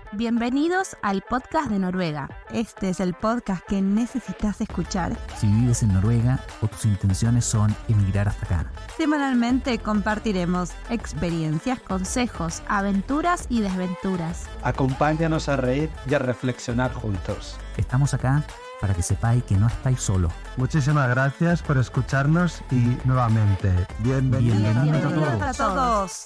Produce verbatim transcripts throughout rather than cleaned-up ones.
Bienvenidos al podcast de Noruega. Este es el podcast que necesitas escuchar si vives en Noruega o tus intenciones son emigrar hasta acá. Semanalmente compartiremos experiencias, consejos, aventuras y desventuras. Acompáñanos a reír y a reflexionar juntos. Estamos acá para que sepáis que no estáis solos. Muchísimas gracias por escucharnos y nuevamente, bienvenidos, Bienvenidos a a todos.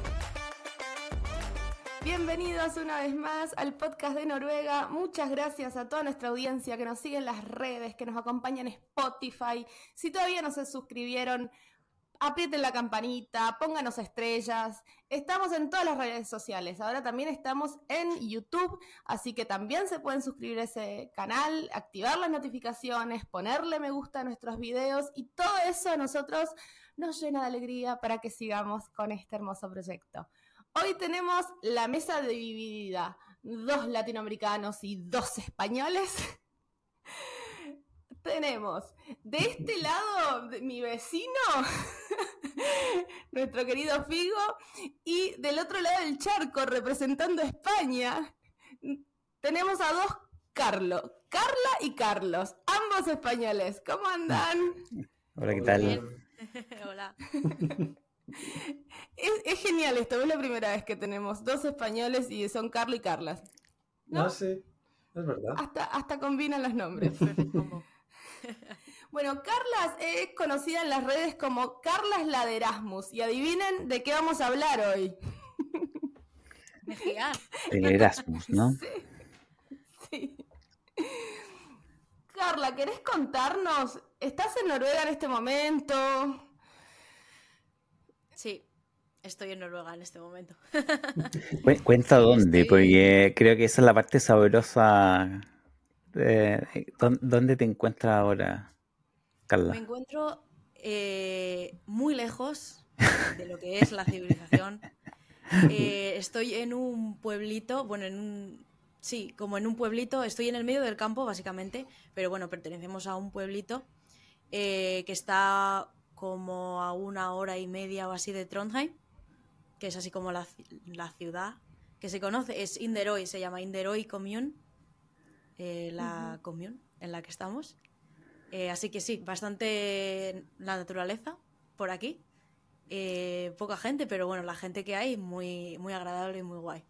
Bienvenidos una vez más al podcast de Noruega. Muchas gracias a toda nuestra audiencia que nos sigue en las redes, que nos acompaña en Spotify. Si todavía no se suscribieron, aprieten la campanita, pónganos estrellas. Estamos en todas las redes sociales. Ahora también estamos en YouTube, así que también se pueden suscribir a ese canal, activar las notificaciones, ponerle me gusta a nuestros videos y todo eso a nosotros nos llena de alegría para que sigamos con este hermoso proyecto. Hoy tenemos la mesa dividida, dos latinoamericanos y dos españoles. Tenemos de este lado mi vecino, nuestro querido Figo, y del otro lado del charco, representando a España, tenemos a dos Carlos, Carla y Carlos, ambos españoles. ¿Cómo andan? Hola, ¿qué tal? Bien. Hola. Es, es genial esto, es la primera vez que tenemos dos españoles y son Carla y Carlas. ¿No? No, sí, es verdad. Hasta, hasta combinan los nombres. Bueno, Carlas es conocida en las redes como Carlas la de Erasmus. Y adivinen de qué vamos a hablar hoy. Mejiar. El Erasmus, ¿no? Sí, sí. Carla, ¿querés contarnos? ¿Estás en Noruega en este momento? Sí, estoy en Noruega en este momento. Cu- Cuenta dónde, Estoy- porque creo que esa es la parte sabrosa. Eh, ¿dó- ¿Dónde te encuentras ahora, Me Carla? encuentro eh, muy lejos de lo que es la civilización. Eh, estoy en un pueblito, bueno, en un... Sí, como en un pueblito, estoy en el medio del campo, básicamente, pero bueno, pertenecemos a un pueblito eh, que está como a una hora y media o así de Trondheim, que es así como la, ci- la ciudad que se conoce, es Inderøy, se llama Inderøy Commune, eh, la commune en la que estamos. Eh, así que sí, bastante la naturaleza por aquí. Eh, poca gente, pero bueno, la gente que hay muy, muy agradable y muy guay.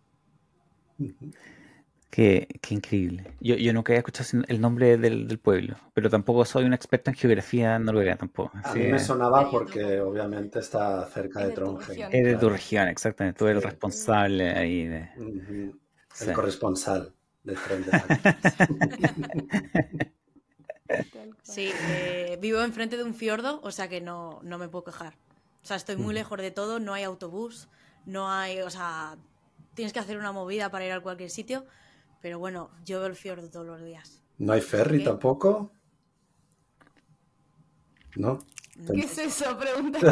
Qué, qué increíble. Yo, yo nunca había escuchado el nombre del, del pueblo, pero tampoco soy un experto en geografía noruega tampoco. A Así mí me que sonaba Sí, yo porque tampoco. obviamente está cerca Es de de tu Trondheim. región. es de tu claro. región, exactamente. Tú eres el Sí. responsable ahí de... Ujú. Sí. El corresponsal de Trondheim. Tal cual. Sí, eh, vivo enfrente de un fiordo, o sea que no, no me puedo quejar. O sea, estoy muy lejos de todo, no hay autobús, no hay, o sea, tienes que hacer una movida para ir a cualquier sitio, pero bueno, yo veo el fiordo todos los días. ¿No hay ferry ¿Qué? tampoco? ¿No? ¿Qué es eso? Pregunta.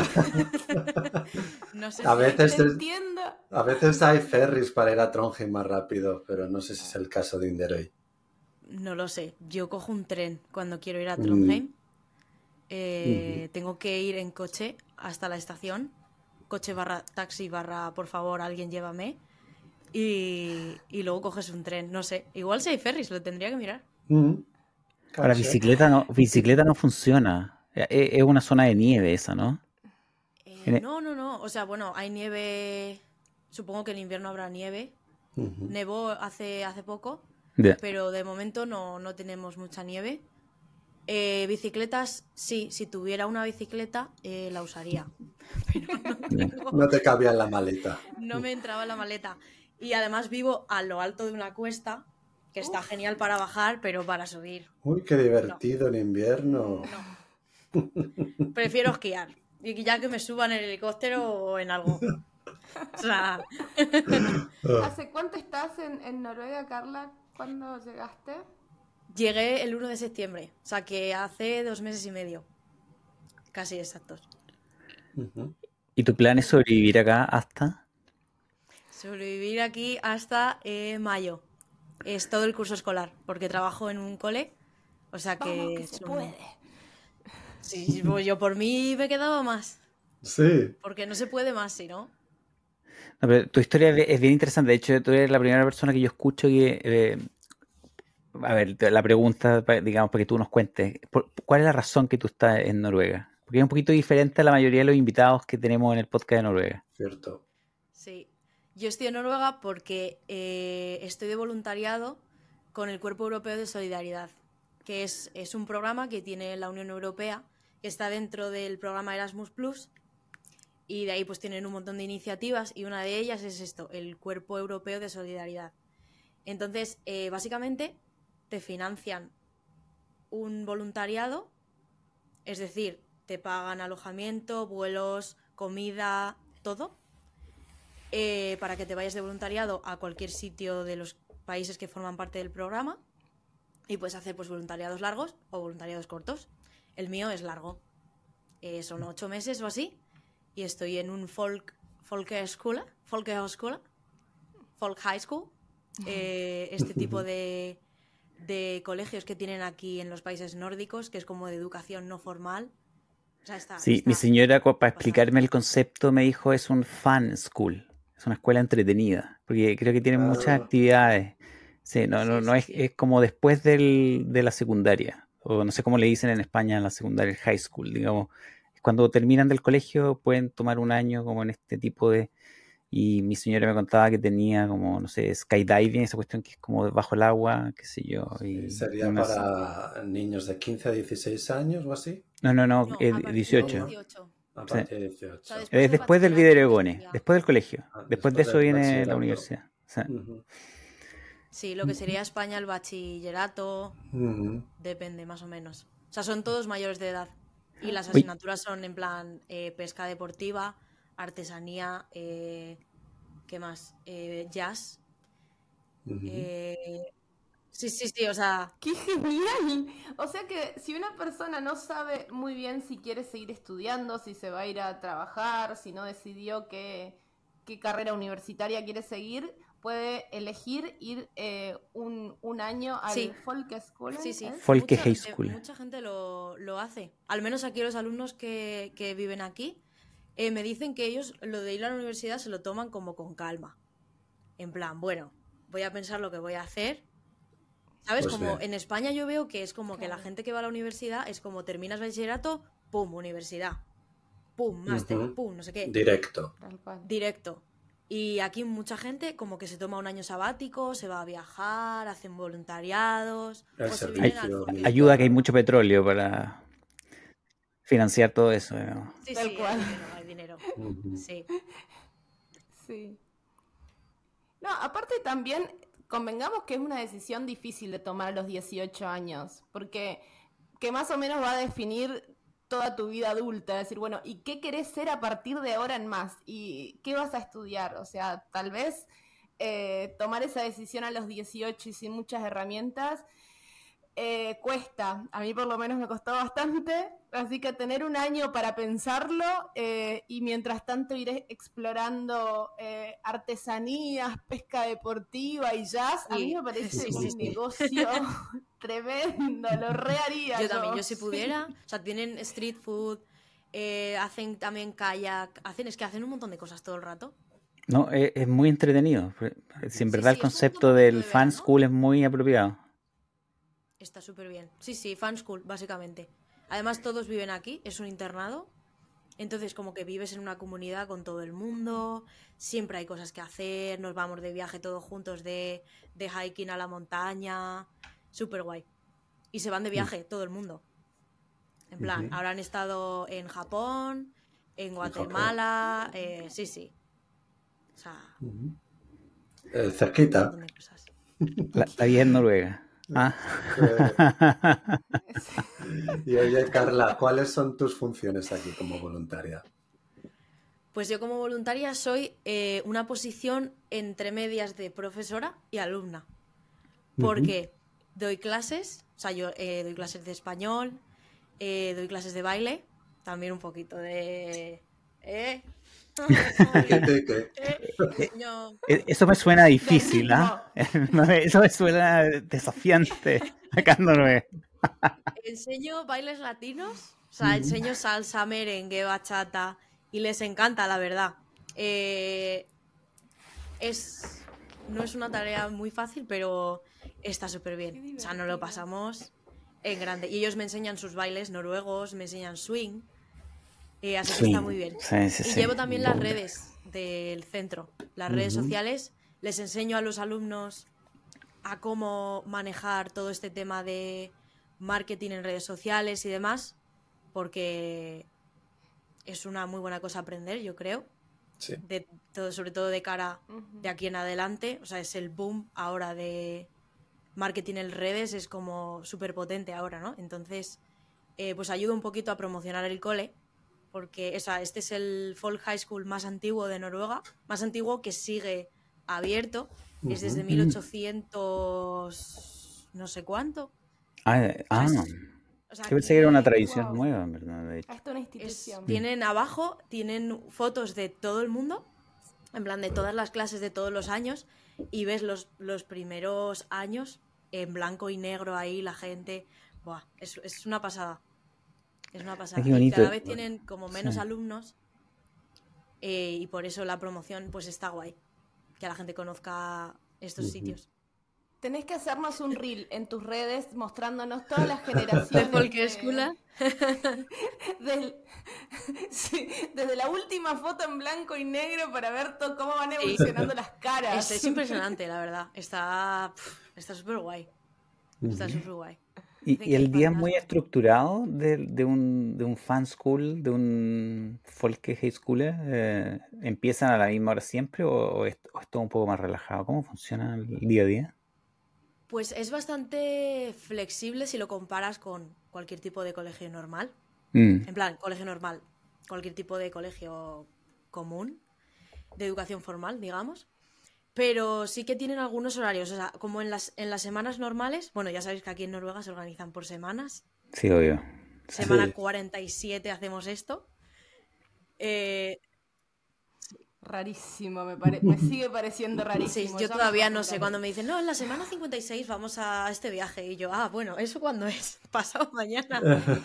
No sé A si veces Te es- entiendo. A veces hay ferries para ir a Trondheim más rápido, pero no sé si es el caso de Inderøy. no lo sé. Yo cojo un tren cuando quiero ir a Mm. Trondheim. Eh, Tengo que ir en coche hasta la estación. Coche barra taxi barra, por favor, alguien llévame. Y, y luego coges un tren. No sé. Igual si hay ferries, lo tendría que mirar. Mm. Ahora, Caché. bicicleta no, bicicleta no funciona. Eh, Es es una zona de nieve esa, ¿no? Eh, En e- no, no, no. O sea, bueno, hay nieve. Supongo que en invierno habrá nieve. Ujú. Nevó hace, hace poco, Ya. pero de momento no, no tenemos mucha nieve. Eh, bicicletas, sí, si tuviera una bicicleta eh, la usaría. Pero no tengo, No te cabía en la maleta. no me entraba en la maleta. Y además vivo a lo alto de una cuesta, que está genial para bajar, pero para subir, Uy, qué divertido en invierno. no. Prefiero esquiar. Y ya que me suba en el helicóptero o en algo. O sea, ¿Hace cuánto estás en, en Noruega, Carla? ¿Cuándo llegaste? llegué el uno de septiembre, o sea que hace dos meses y medio. Casi exactos. Ujú. ¿Y tu plan es sobrevivir acá hasta? Sobrevivir aquí hasta eh, mayo. Es todo el curso escolar, porque trabajo en un cole. O sea que... Vamos, que se son- puede. Sí, pues yo por mí me quedaba más. Sí. Porque no se puede más, si no. No, pero tu historia es es bien interesante. De hecho, tú eres la primera persona que yo escucho que... eh, a ver, te- la pregunta, pa- digamos, para que tú nos cuentes. por- ¿Cuál es la razón que tú estás en Noruega? Porque es un poquito diferente a la mayoría de los invitados que tenemos en el podcast de Noruega. Cierto. Sí, yo estoy en Noruega porque eh, estoy de voluntariado con el Cuerpo Europeo de Solidaridad, que es, es un programa que tiene la Unión Europea, que está dentro del programa Erasmus Plus, y de ahí pues tienen un montón de iniciativas y una de ellas es esto, el Cuerpo Europeo de Solidaridad. Entonces, eh, básicamente te financian un voluntariado, es decir, te pagan alojamiento, vuelos, comida, todo, eh, para que te vayas de voluntariado a cualquier sitio de los países que forman parte del programa y puedes hacer pues voluntariados largos o voluntariados cortos. El mío es largo, eh, son ocho meses o así y estoy en un folk folkehögskola, folkehögskola, folk high school, eh, este tipo de, de colegios que tienen aquí en los países nórdicos, que es como de educación no formal. O sea, está, Sí, está mi señora, cu- para pasada. explicarme el concepto, me dijo es un fan school. Es una escuela entretenida. Porque creo que tienen muchas Ah, actividades. Sí, no, no, Sí, no sí, es, sí. es como después del, de la secundaria. O no sé cómo le dicen en España a la secundaria, el high school, digamos. Cuando terminan del colegio pueden tomar un año como en este tipo de... Y mi señora me contaba que tenía como, no sé, skydiving, esa cuestión que es como debajo del agua, qué sé yo. sí, Y sería unas... para niños de quince a dieciséis años o así. No, no, no, No, eh, a partir de dieciocho. dieciocho. A Sí. partir de O sea, dieciocho. después Es del después del bachillerato Videregone, sería... después del colegio. Ah, Después de después eso del viene la bachillerato. universidad. Sí. Ujú. Sí, lo que sería España el bachillerato, Ujú. depende más o menos. O sea, son todos mayores de edad. Y las Oye, asignaturas son en plan eh, pesca deportiva, artesanía, eh, ¿qué más? Eh, jazz. Ujú. eh, Sí, sí, sí, o sea, ¡Qué genial! O sea que si una persona no sabe muy bien si quiere seguir estudiando, si se va a ir a trabajar, si no decidió qué, qué carrera universitaria quiere seguir, puede elegir ir eh, un, un año al sí, Folkeskolen, sí, sí. ¿es? Folke Mucha, High de- School. mucha gente lo, lo hace. Al menos aquí los alumnos que, que viven aquí eh, me dicen que ellos lo de ir a la universidad se lo toman como con calma. En plan, bueno, voy a pensar lo que voy a hacer. ¿Sabes? Pues Como bien. en España yo veo que es como que la Claro. gente que va a la universidad es como terminas bachillerato, pum, universidad, pum, máster, Ujú. pum, no sé qué, Directo. Tal cual. directo. Y aquí mucha gente como que se toma un año sabático, se va a viajar, hacen voluntariados, El o se Ay- vienen al servicio Folk ayuda que hay School. mucho petróleo para financiar todo eso. digamos. Sí, Tal sí, hay cual. dinero, hay dinero. Ujú. Sí. Sí. No, aparte también convengamos que es una decisión difícil de tomar a los dieciocho años, porque que más o menos va a definir toda tu vida adulta, es decir, bueno, ¿y qué querés ser a partir de ahora en más? ¿Y qué vas a estudiar? O sea, tal vez eh, tomar esa decisión a los dieciocho y sin muchas herramientas eh, cuesta, a mí por lo menos me costó bastante, así que tener un año para pensarlo eh, y mientras tanto ir explorando eh, artesanías, pesca deportiva y jazz, a mí Sí, me parece sí, sí, un sí. negocio tremendo, lo reharía Yo también, yo si sí. pudiera, o sea, tienen street food, eh, hacen también kayak, hacen, es que hacen un montón de cosas todo el rato. No, es, es muy entretenido. Si en Sí, verdad el sí, es un concepto campamento del de fan verano. school es muy apropiado. Está súper bien. Sí, sí, fan school, básicamente. Además, todos viven aquí, es un internado. Entonces, como que vives en una comunidad con todo el mundo, siempre hay cosas que hacer, nos vamos de viaje todos juntos de, de hiking a la montaña, súper guay. Y se van de viaje todo el mundo. En plan, Ujú. ahora han estado en Japón, en Japón. Guatemala, eh, sí, sí. O sea, Ujú. Eh, un cerquita. montón de cosas. La, la vida en Noruega. Ah. Eh, y oye, Carla, ¿cuáles son tus funciones aquí como voluntaria? Pues yo como voluntaria soy eh, una posición entre medias de profesora y alumna. Porque doy clases, o sea, yo eh, doy clases de español, eh, doy clases de baile, también un poquito de... ¿Eh? ¿Qué te- qué? Eh, enseño, E- Eso me suena difícil, ritmo. ¿ah? No, eso me suena desafiante acá en Noruega. enseño bailes latinos, o sea, enseño salsa, merengue, bachata, y les encanta, la verdad. Eh, es no es una tarea muy fácil, pero está súper bien. O sea, nos lo pasamos en grande. Y ellos me enseñan sus bailes noruegos, me enseñan swing. Eh, así que Sí, está muy bien. sí, sí, Y sí. llevo también las Bomba. redes del centro, las redes Ujú. sociales. Les enseño a los alumnos a cómo manejar todo este tema de marketing en redes sociales y demás, porque es una muy buena cosa aprender, yo creo. Sí. De todo, sobre todo de cara Ujú. de aquí en adelante. O sea, es el boom ahora de marketing en redes, es como súper potente ahora, ¿no? Entonces, eh, pues ayuda un poquito a promocionar el cole, porque o sea, este es el Folk High School más antiguo de Noruega, más antiguo que sigue abierto, es desde Ujú. mil ochocientos no sé cuánto. Ah, O sea, ah, es- o sea, yo pensé que era una que tradición Wow. nueva, en verdad, de hecho. Hasta una es- institución. tienen abajo, tienen fotos de todo el mundo, en plan de todas las clases de todos los años, y ves los, los primeros años en blanco y negro ahí, la gente. Buah, es, es una pasada. Es una Ay, pasada. qué Y bonito. cada vez tienen como menos Sí. alumnos, eh, y por eso la promoción pues está guay. Que la gente conozca estos Ujú. sitios. Tenés que hacernos un reel en tus redes mostrándonos todas las generaciones De Folk School. del- sí, desde la última foto en blanco y negro para ver to- cómo van evolucionando las caras. Es, es impresionante, la verdad. Está pf, está súper guay. Está Ujú. súper guay. ¿Y, Dicen y que hay el día es muy fantasmas. estructurado de, de un, de un fan school, de un folk high schooler? Eh, ¿empiezan a la misma hora siempre o, o es, o es todo un poco más relajado? ¿Cómo funciona el día a día? Pues es bastante flexible si lo comparas con cualquier tipo de colegio normal. Mm, En plan, colegio normal, cualquier tipo de colegio común, de educación formal, digamos. Pero sí que tienen algunos horarios. O sea, como en las, en las semanas normales, bueno, ya sabéis que aquí en Noruega se organizan por semanas. sí, obvio. Sí. Semana Sí. cuarenta y siete hacemos esto. Eh, Rarísimo, me, pare- me sigue pareciendo sí, rarísimo. yo ya me todavía no sé. acostumbraré. Cuando me dicen, no, en la semana cincuenta y seis vamos a este viaje. Y yo, ah, bueno, ¿eso cuándo es? Pasado mañana.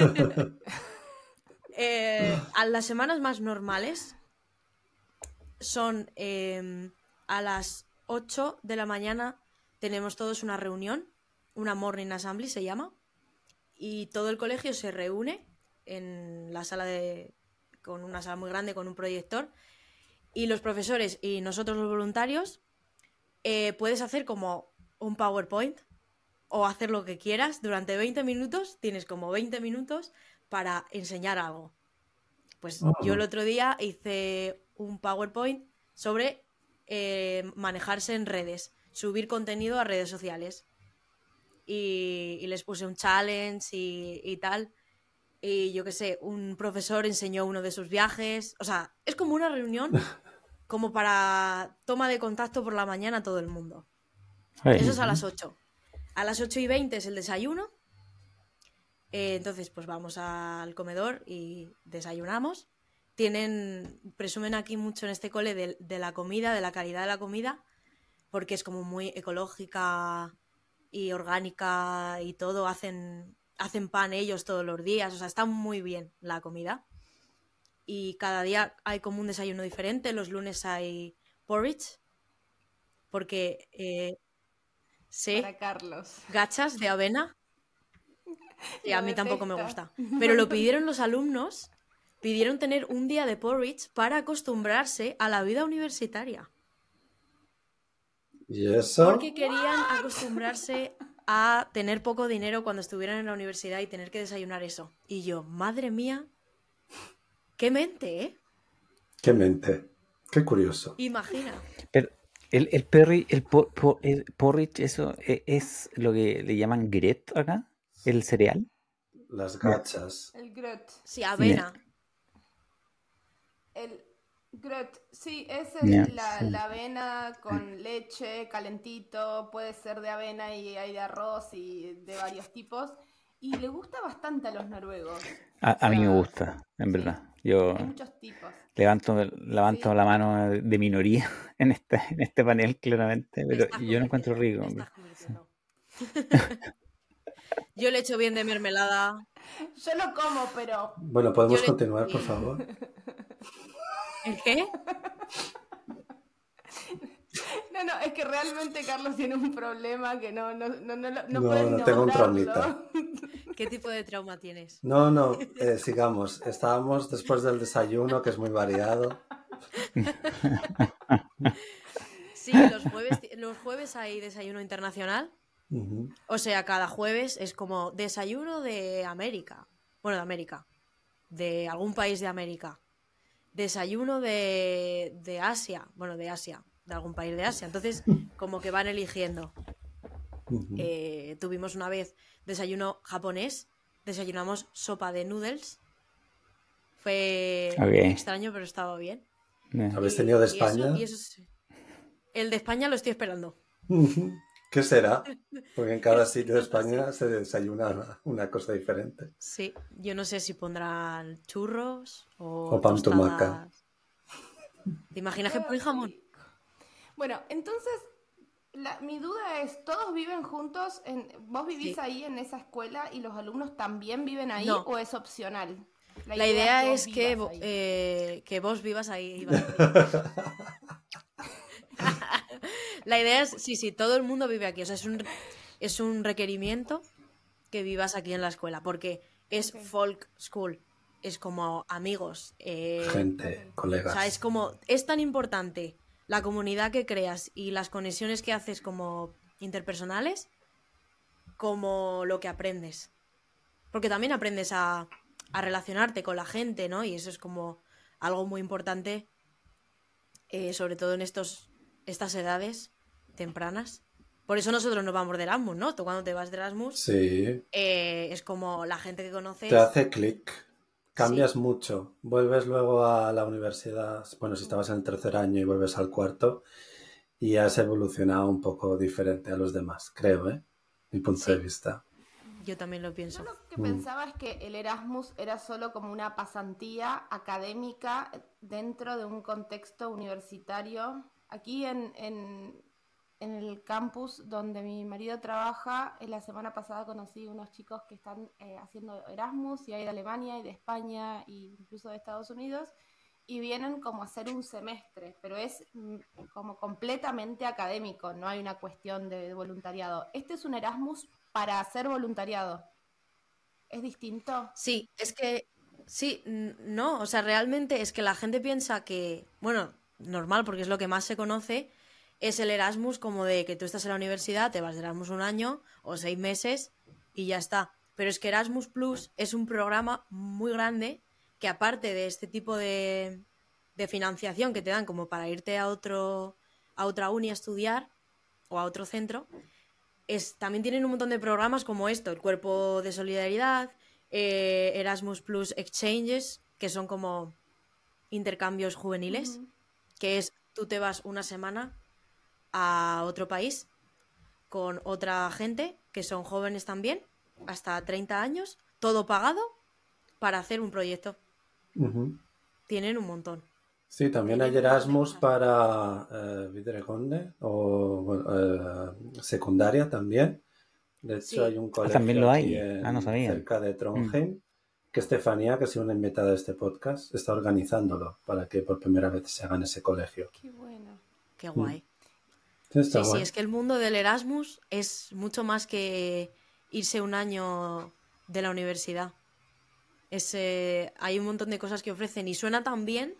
Eh, a las semanas más normales son eh, a las ocho de la mañana tenemos todos una reunión, una morning assembly se llama, y todo el colegio se reúne en la sala de con una sala muy grande con un proyector, y los profesores y nosotros los voluntarios eh, puedes hacer como un PowerPoint o hacer lo que quieras durante veinte minutos, tienes como veinte minutos para enseñar algo. Pues Oh. yo el otro día hice un PowerPoint sobre eh, manejarse en redes, subir contenido a redes sociales. Y, y les puse un challenge y, y tal. Y yo qué sé, un profesor enseñó uno de sus viajes. O sea, es como una reunión como para toma de contacto por la mañana a todo el mundo. Ay, Eso es a las ocho. A las ocho y veinte es el desayuno. Eh, entonces, pues vamos al comedor y desayunamos. Tienen, presumen aquí mucho en este cole de, de la comida, de la calidad de la comida, porque es como muy ecológica y orgánica y todo. Hacen, hacen pan ellos todos los días. O sea, está muy bien la comida. Y cada día hay como un desayuno diferente. Los lunes hay porridge, porque eh, sí, Para Carlos. gachas de avena. Sí, Lo a mí tampoco me detesta. gusta. Pero lo pidieron los alumnos, pidieron tener un día de porridge para acostumbrarse a la vida universitaria. ¿Y eso? Porque querían acostumbrarse a tener poco dinero cuando estuvieran en la universidad y tener que desayunar eso. Y yo, madre mía, qué mente, ¿eh? Qué mente. Qué curioso. Imagina. pero el, el, perri, el, po- po- el porridge, eso e- es lo que le llaman gret acá, el cereal. Las gachas. El gröt. Sí, avena. El gröt, sí, es Ya, el- la, sí. la avena con leche, calentito, puede ser de avena y hay de arroz y de varios tipos. Y le gusta bastante a los noruegos. A, a mí me sea, gusta, en sí. verdad. Yo Hay muchos tipos. levanto, levanto Sí. la mano de minoría en este, en este panel, claramente, Te pero estás yo lo encuentro convirtiendo, rico. te hombre. estás convirtiendo. Yo le echo bien de mermelada. Yo lo como, pero Bueno, ¿podemos Yo le- continuar, por favor? ¿El qué? No, no, es que realmente Carlos tiene un problema que no, no, no, no, no, No, puedes no tengo un nombrarlo. traumita. ¿Qué tipo de trauma tienes? No, no, eh, sigamos. Estábamos después del desayuno, que es muy variado. Sí, los jueves, los jueves hay desayuno internacional. Uh-huh. O sea, cada jueves es como desayuno de América. Bueno, de América. De algún país de América. Desayuno de, de Asia. Bueno, de Asia. De algún país de Asia. Entonces, como que van eligiendo. Uh-huh. Eh, tuvimos una vez desayuno japonés. Desayunamos sopa de noodles. Fue Okay. extraño, pero estaba bien. Yeah. ¿Habéis tenido de Y eso- España? y eso es- El de España lo estoy esperando. Uh-huh. ¿Qué será? Porque en cada sitio de No sé. España se desayuna una cosa diferente. Sí, yo no sé si pondrán churros o, O pan tostadas. tumaca. ¿Te imaginas que ponen jamón? Bueno, entonces, la- mi duda es, ¿todos viven juntos? En, ¿Vos vivís Sí. ahí en esa escuela y los alumnos también viven ahí No. o es opcional? La idea vos es que, vivas vo- ahí. eh, que vos vivas ahí. iba a decir. La idea es, sí, sí, todo el mundo vive aquí. O sea, es un, es un requerimiento que vivas aquí en la escuela, porque es Ok. folk school. Es como amigos. eh, Gente, O colegas. sea, es como, es tan importante la comunidad que creas y las conexiones que haces como interpersonales como lo que aprendes. Porque también aprendes a, a relacionarte con la gente, ¿no? Y eso es como algo muy importante, eh, sobre todo en estos, estas edades tempranas. Por eso nosotros nos vamos de Erasmus, ¿no? Tú cuando te vas de Erasmus, Sí, eh, es como la gente que conoces. te hace clic. Cambias Sí. mucho. Vuelves luego a la universidad, bueno, si estabas en el tercer año y vuelves al cuarto, y has evolucionado un poco diferente a los demás, creo, ¿eh? Mi punto Sí. de vista. Yo también lo pienso. Yo lo que Mm. pensaba es que el Erasmus era solo como una pasantía académica dentro de un contexto universitario. Aquí en, en, en el campus donde mi marido trabaja, en la semana pasada conocí unos chicos que están eh, haciendo Erasmus, y hay de Alemania y de España e incluso de Estados Unidos, y vienen como a hacer un semestre, pero es mm, como completamente académico, no hay una cuestión de voluntariado. Este es un Erasmus para hacer voluntariado. ¿Es distinto? Sí, es que sí, n- no, o sea, realmente es que la gente piensa que, bueno, normal, porque es lo que más se conoce, es el Erasmus como de que tú estás en la universidad, te vas de Erasmus un año o seis meses y ya está. Pero es que Erasmus Plus es un programa muy grande que, aparte de este tipo de, de financiación que te dan como para irte a otro, a otra uni a estudiar o a otro centro, es, también tienen un montón de programas como esto, el Cuerpo de Solidaridad, eh, Erasmus Plus Exchanges, que son como intercambios juveniles, Ujú. que es tú te vas una semana a otro país con otra gente, que son jóvenes también, hasta treinta años, todo pagado para hacer un proyecto. Ujú. Tienen un montón. Sí, también Tienen hay un montón de Erasmus cosas. para eh, videregående o bueno, eh, secundaria también. De hecho, Sí. hay un Ah, también colegio lo aquí hay. Ah, no en, sabía. cerca de Trondheim, que Estefanía, que ha sido una invitada de este podcast, está organizándolo para que por primera vez se haga en ese colegio. Qué bueno. Qué guay. Sí, está Sí, sí, guay. es que el mundo del Erasmus es mucho más que irse un año de la universidad. Es, eh, hay un montón de cosas que ofrecen y suena tan bien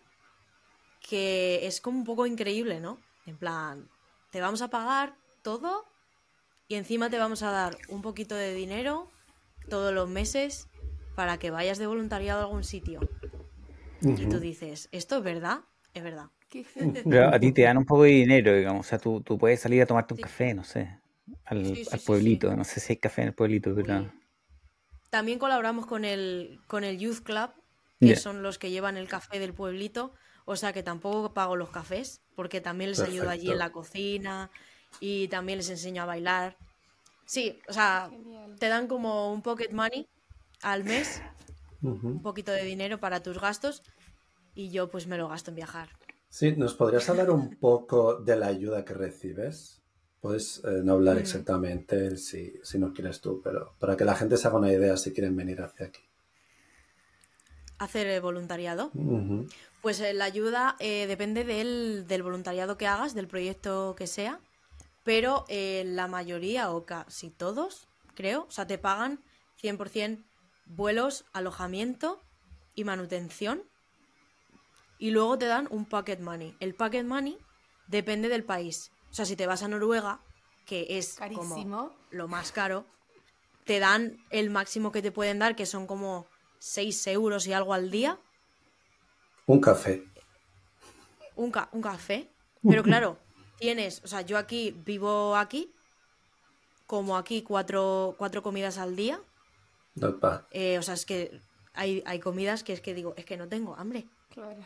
que es como un poco increíble, ¿no? En plan, te vamos a pagar todo y encima te vamos a dar un poquito de dinero todos los meses para que vayas de voluntariado a algún sitio. Y tú Ujú. dices, ¿esto es verdad? Es verdad. Qué genial. Pero a ti te dan un poco de dinero, digamos. O sea, tú, tú puedes salir a tomarte un Sí. café, no sé, al, Sí, sí, al sí, pueblito. sí. No sé si hay café en el pueblito, pero... Uy. También colaboramos con el, con el Youth Club, que Ya. son los que llevan el café del pueblito. O sea que tampoco pago los cafés, porque también les ayudo allí en Perfecto. la cocina y también les enseño a bailar. Sí, o sea, Genial. te dan como un pocket money al mes, Ujú. un poquito de dinero para tus gastos, y yo pues me lo gasto en viajar. Sí, ¿nos podrías hablar un poco de la ayuda que recibes? Puedes eh, no hablar Mm. exactamente si, si no quieres tú, pero para que la gente se haga una idea si quieren venir hacia aquí. Hacer eh, voluntariado. Ujú. Pues eh, la ayuda eh, depende del, del voluntariado que hagas, del proyecto que sea, pero eh, la mayoría o casi todos, creo, o sea, te pagan cien por ciento vuelos, alojamiento y manutención, y luego te dan un pocket money. El pocket money depende del país. O sea, si te vas a Noruega, que es Carísimo. como lo más caro, te dan el máximo que te pueden dar, que son como seis euros y algo al día. Un café. Un, ca- un café. Pero claro, tienes, o sea, yo aquí vivo aquí, como aquí cuatro, cuatro comidas al día. Not bad. Eh, o sea, es que hay, hay comidas que es que digo, es que no tengo hambre. Claro.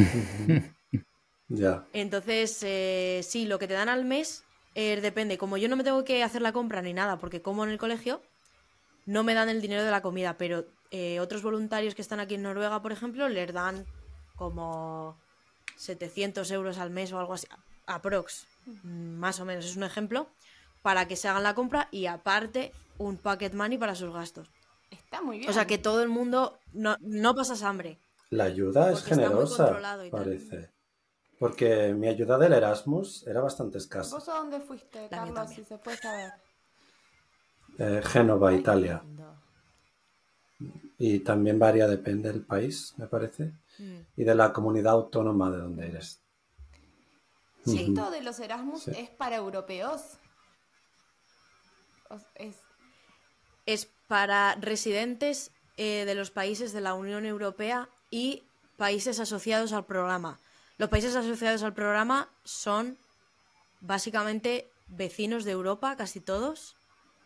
Ya. Entonces, eh, sí, lo que te dan al mes eh, depende. Como yo no me tengo que hacer la compra ni nada, porque como en el colegio, no me dan el dinero de la comida, pero eh, otros voluntarios que están aquí en Noruega, por ejemplo, les dan como setecientos euros al mes o algo así, aprox, mm, más o menos, es un ejemplo, para que se hagan la compra y aparte un pocket money para sus gastos. Está muy bien. O sea que todo el mundo no, no pasas hambre. La ayuda es Porque está muy generosa, controlado y tal. parece. Porque mi ayuda del Erasmus era bastante escasa. ¿Vos a dónde fuiste, La mía Carlos? también. Si se puede saber. Eh, Génova, Ay, qué Italia. lindo. Y también varía, depende del país, me parece. Mm. Y de la comunidad autónoma de donde eres. Sí. ¿Esto de los Erasmus Sí. es para europeos? O- Es... Es para residentes eh, de los países de la Unión Europea y países asociados al programa. Los países asociados al programa son básicamente vecinos de Europa, casi todos.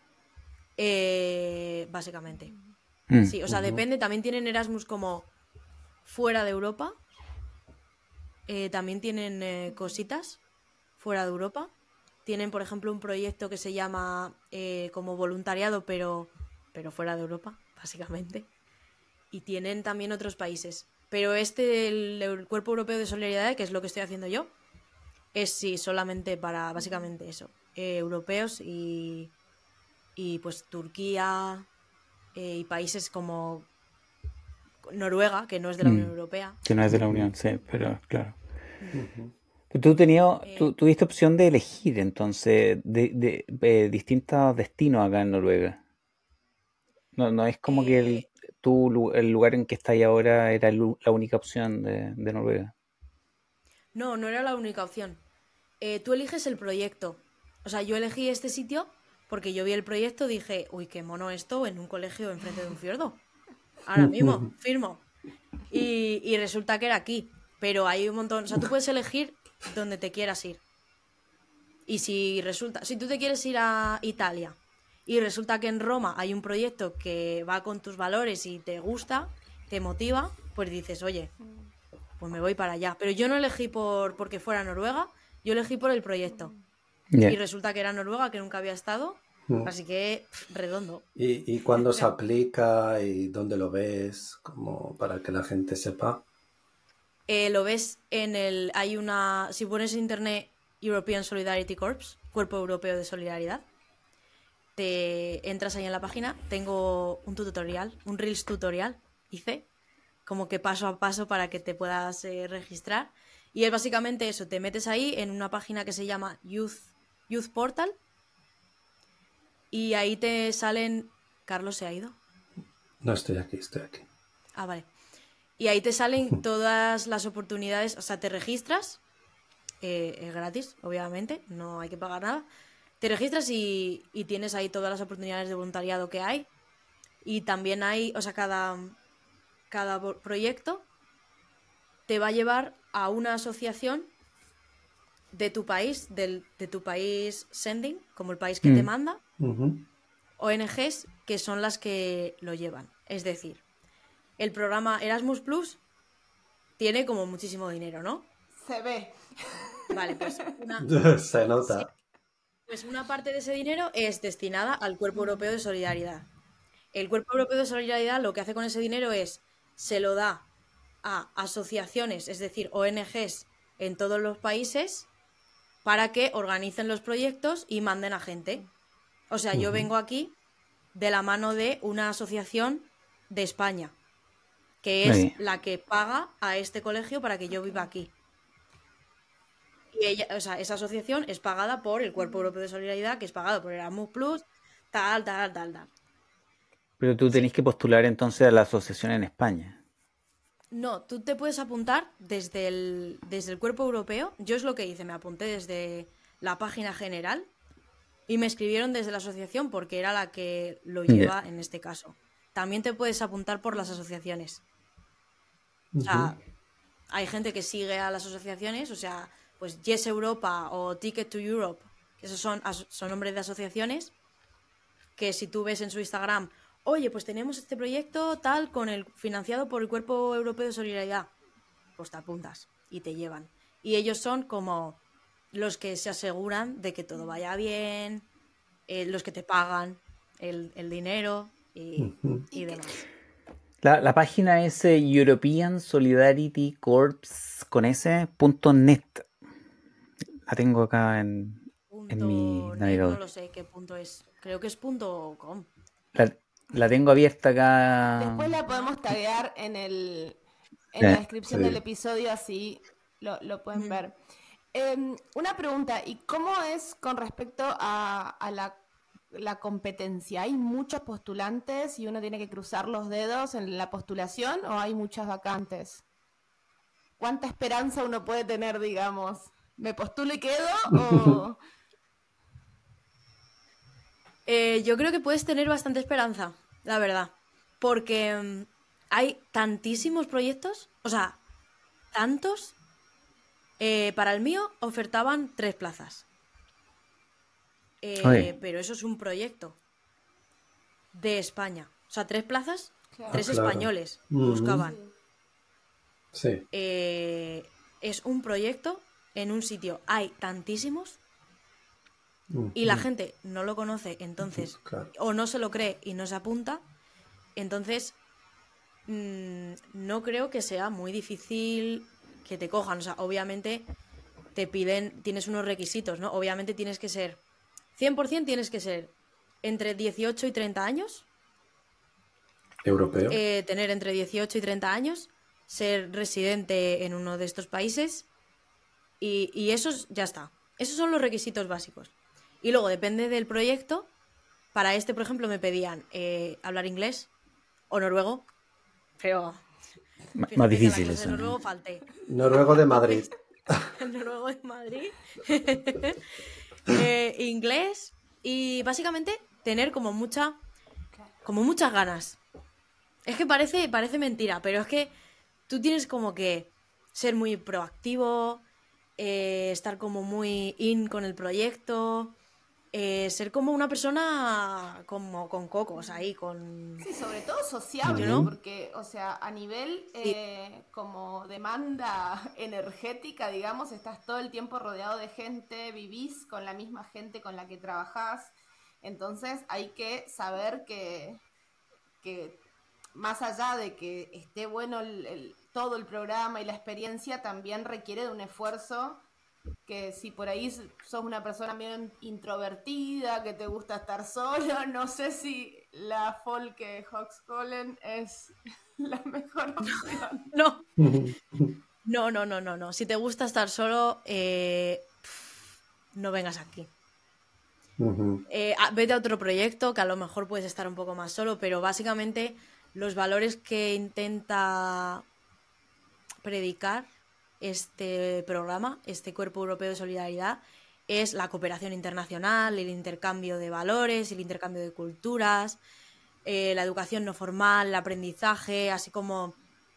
Eh, básicamente. Mm. Sí, o sea, Ujú. depende. También tienen Erasmus como fuera de Europa. Eh, también tienen eh, cositas fuera de Europa. Tienen, por ejemplo, un proyecto que se llama eh, como voluntariado, pero, pero fuera de Europa, básicamente. Y tienen también otros países. Pero este, el, el Cuerpo Europeo de Solidaridad, que es lo que estoy haciendo yo, es sí, solamente para, básicamente eso, eh, europeos y, y pues Turquía eh, y países como Noruega, que no es de la Mm. Unión Europea. Que no es de la Unión, sí, pero claro. Ujú. Pero Tú tenías, Eh, tú tuviste opción de elegir entonces de, de, eh, distintos destinos acá en Noruega. No, no es como que el, eh, tú, lu- el lugar en que estáis ahora era el u- la única opción de, de Noruega. no, no era la única opción. Eh, tú eliges el proyecto. O sea, yo elegí este sitio porque yo vi el proyecto y dije, uy, qué mono esto en un colegio enfrente de un fiordo. Ahora mismo, firmo. Y, y resulta que era aquí. Pero hay un montón. O sea, tú puedes elegir donde te quieras ir. Y si resulta. Si tú te quieres ir a Italia y resulta que en Roma hay un proyecto que va con tus valores y te gusta, te motiva, pues dices, oye, pues me voy para allá. Pero yo no elegí por porque fuera Noruega, yo elegí por el proyecto. Ya. Y resulta que era Noruega, que nunca había estado. Mm. Así que, pff, redondo. ¿Y, y cuándo se aplica y dónde lo ves? Como para que la gente sepa. Eh, lo ves en el. Hay una. Si pones en internet European Solidarity Corps, Cuerpo Europeo de Solidaridad, te entras ahí en la página. Tengo un tutorial, un Reels tutorial, hice, como que paso a paso para que te puedas eh, registrar. Y es básicamente eso: te metes ahí en una página que se llama Youth, Youth Portal. Y ahí te salen. ¿Carlos se ha ido? No estoy aquí, estoy aquí. Ah, vale. Y ahí te salen todas las oportunidades, o sea, te registras, eh, es gratis, obviamente, no hay que pagar nada. Te registras y, y tienes ahí todas las oportunidades de voluntariado que hay. Y también hay, o sea, cada, cada vo- proyecto te va a llevar a una asociación de tu país, del, de tu país sending, como el país que te Mm. manda, Ujú. O N Ges que son las que lo llevan. Es decir, el programa Erasmus Plus tiene como muchísimo dinero, ¿no? Se ve. Vale, pues una, Se nota. pues una parte de ese dinero es destinada al Cuerpo Europeo de Solidaridad. El Cuerpo Europeo de Solidaridad lo que hace con ese dinero es, se lo da a asociaciones, es decir, O N Ges en todos los países, para que organicen los proyectos y manden a gente. O sea, yo Ujú. vengo aquí de la mano de una asociación de España. que es Sí. la que paga a este colegio para que yo viva aquí. Y ella, o sea, esa asociación es pagada por el Cuerpo Europeo de Solidaridad, que es pagado por Erasmus Plus, tal, tal, tal, tal. Pero tú tenés Sí. que postular entonces a la asociación en España. No, tú te puedes apuntar desde el, desde el Cuerpo Europeo. Yo es lo que hice, me apunté desde la página general y me escribieron desde la asociación porque era la que lo Ya. lleva en este caso. También te puedes apuntar por las asociaciones. O sea, hay gente que sigue a las asociaciones, o sea, pues Yes Europa o Ticket to Europe, que esos son, as- son nombres de asociaciones, que si tú ves en su Instagram, oye, pues tenemos este proyecto tal con el financiado por el Cuerpo Europeo de Solidaridad, pues te apuntas y te llevan. Y ellos son como los que se aseguran de que todo vaya bien, eh, los que te pagan el, el dinero y, Ujú. y demás. La, la página es eh, European Solidarity Corps con ese punto net. La tengo acá en, en mi Punto net, no navegador. lo sé qué punto es. Creo que es punto com. La, la tengo abierta acá. Después la podemos taguear en el en Eh, la descripción sí. del episodio, así lo, lo pueden Ujú. ver. Em, una pregunta, ¿y cómo es con respecto a, a la, la competencia? ¿Hay muchos postulantes y uno tiene que cruzar los dedos en la postulación o hay muchas vacantes? ¿Cuánta esperanza uno puede tener, digamos? ¿Me postulo y quedo o...? Eh, yo creo que puedes tener bastante esperanza, la verdad. Porque mm, hay tantísimos proyectos, o sea, tantos. Eh, para el mío ofertaban tres plazas. Eh, Oye. pero eso es un proyecto de España. O sea, tres plazas, Claro. tres Ah, claro. españoles Ujú. buscaban. Sí. Eh, es un proyecto en un sitio. Hay tantísimos y la Ujú. gente no lo conoce, entonces, Claro. o no se lo cree y no se apunta. Entonces, mm, no creo que sea muy difícil que te cojan. O sea, obviamente te piden, tienes unos requisitos, ¿no? Obviamente tienes que ser, cien por ciento tienes que ser entre dieciocho y treinta años, Europeo. eh, tener entre dieciocho y treinta años, ser residente en uno de estos países y, y esos ya está. Esos son los requisitos básicos. Y luego depende del proyecto. Para este, por ejemplo, me pedían eh, hablar inglés o noruego, pero Ma- fíjate más que a la difícil clase de eso, noruego ¿no? falté. Noruego de Madrid. El noruego de Madrid. Eh, inglés y básicamente tener como mucha como muchas ganas. Es que parece parece mentira, pero es que tú tienes como que ser muy proactivo, eh, estar como muy in con el proyecto, eh, ser como una persona como con cocos ahí, con... Sí, sobre todo sociable, You know? porque, o sea, a nivel Sí. eh, como demanda energética, digamos, estás todo el tiempo rodeado de gente, vivís con la misma gente con la que trabajás, entonces hay que saber que, que más allá de que esté bueno el- el- todo el programa y la experiencia, también requiere de un esfuerzo que si por ahí sos una persona medio introvertida, que te gusta estar solo, no sé si la Folke Hochskollen es la mejor opción. No, Ujú. no, no, no, no, no. Si te gusta estar solo, eh, pff, no vengas aquí. Ujú. Eh, a- vete a otro proyecto que a lo mejor puedes estar un poco más solo, pero básicamente los valores que intenta predicar este programa, este Cuerpo Europeo de Solidaridad, es la cooperación internacional, el intercambio de valores, el intercambio de culturas, eh, la educación no formal, el aprendizaje, así como...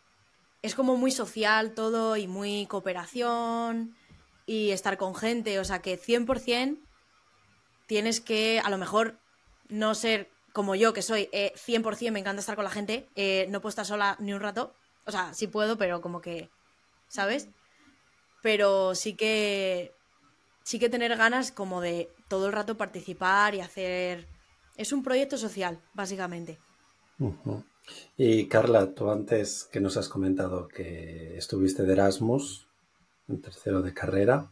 Es como muy social todo y muy cooperación y estar con gente, o sea que cien por ciento tienes que, a lo mejor, no ser como yo, que soy eh, cien por ciento me encanta estar con la gente, eh, no puedo estar sola ni un rato, o sea, sí puedo, pero como que, ¿sabes? Pero sí que, sí que tener ganas como de todo el rato participar y hacer... Es un proyecto social, básicamente. Ujú. Y Carla, tú antes que nos has comentado que estuviste de Erasmus en tercero de carrera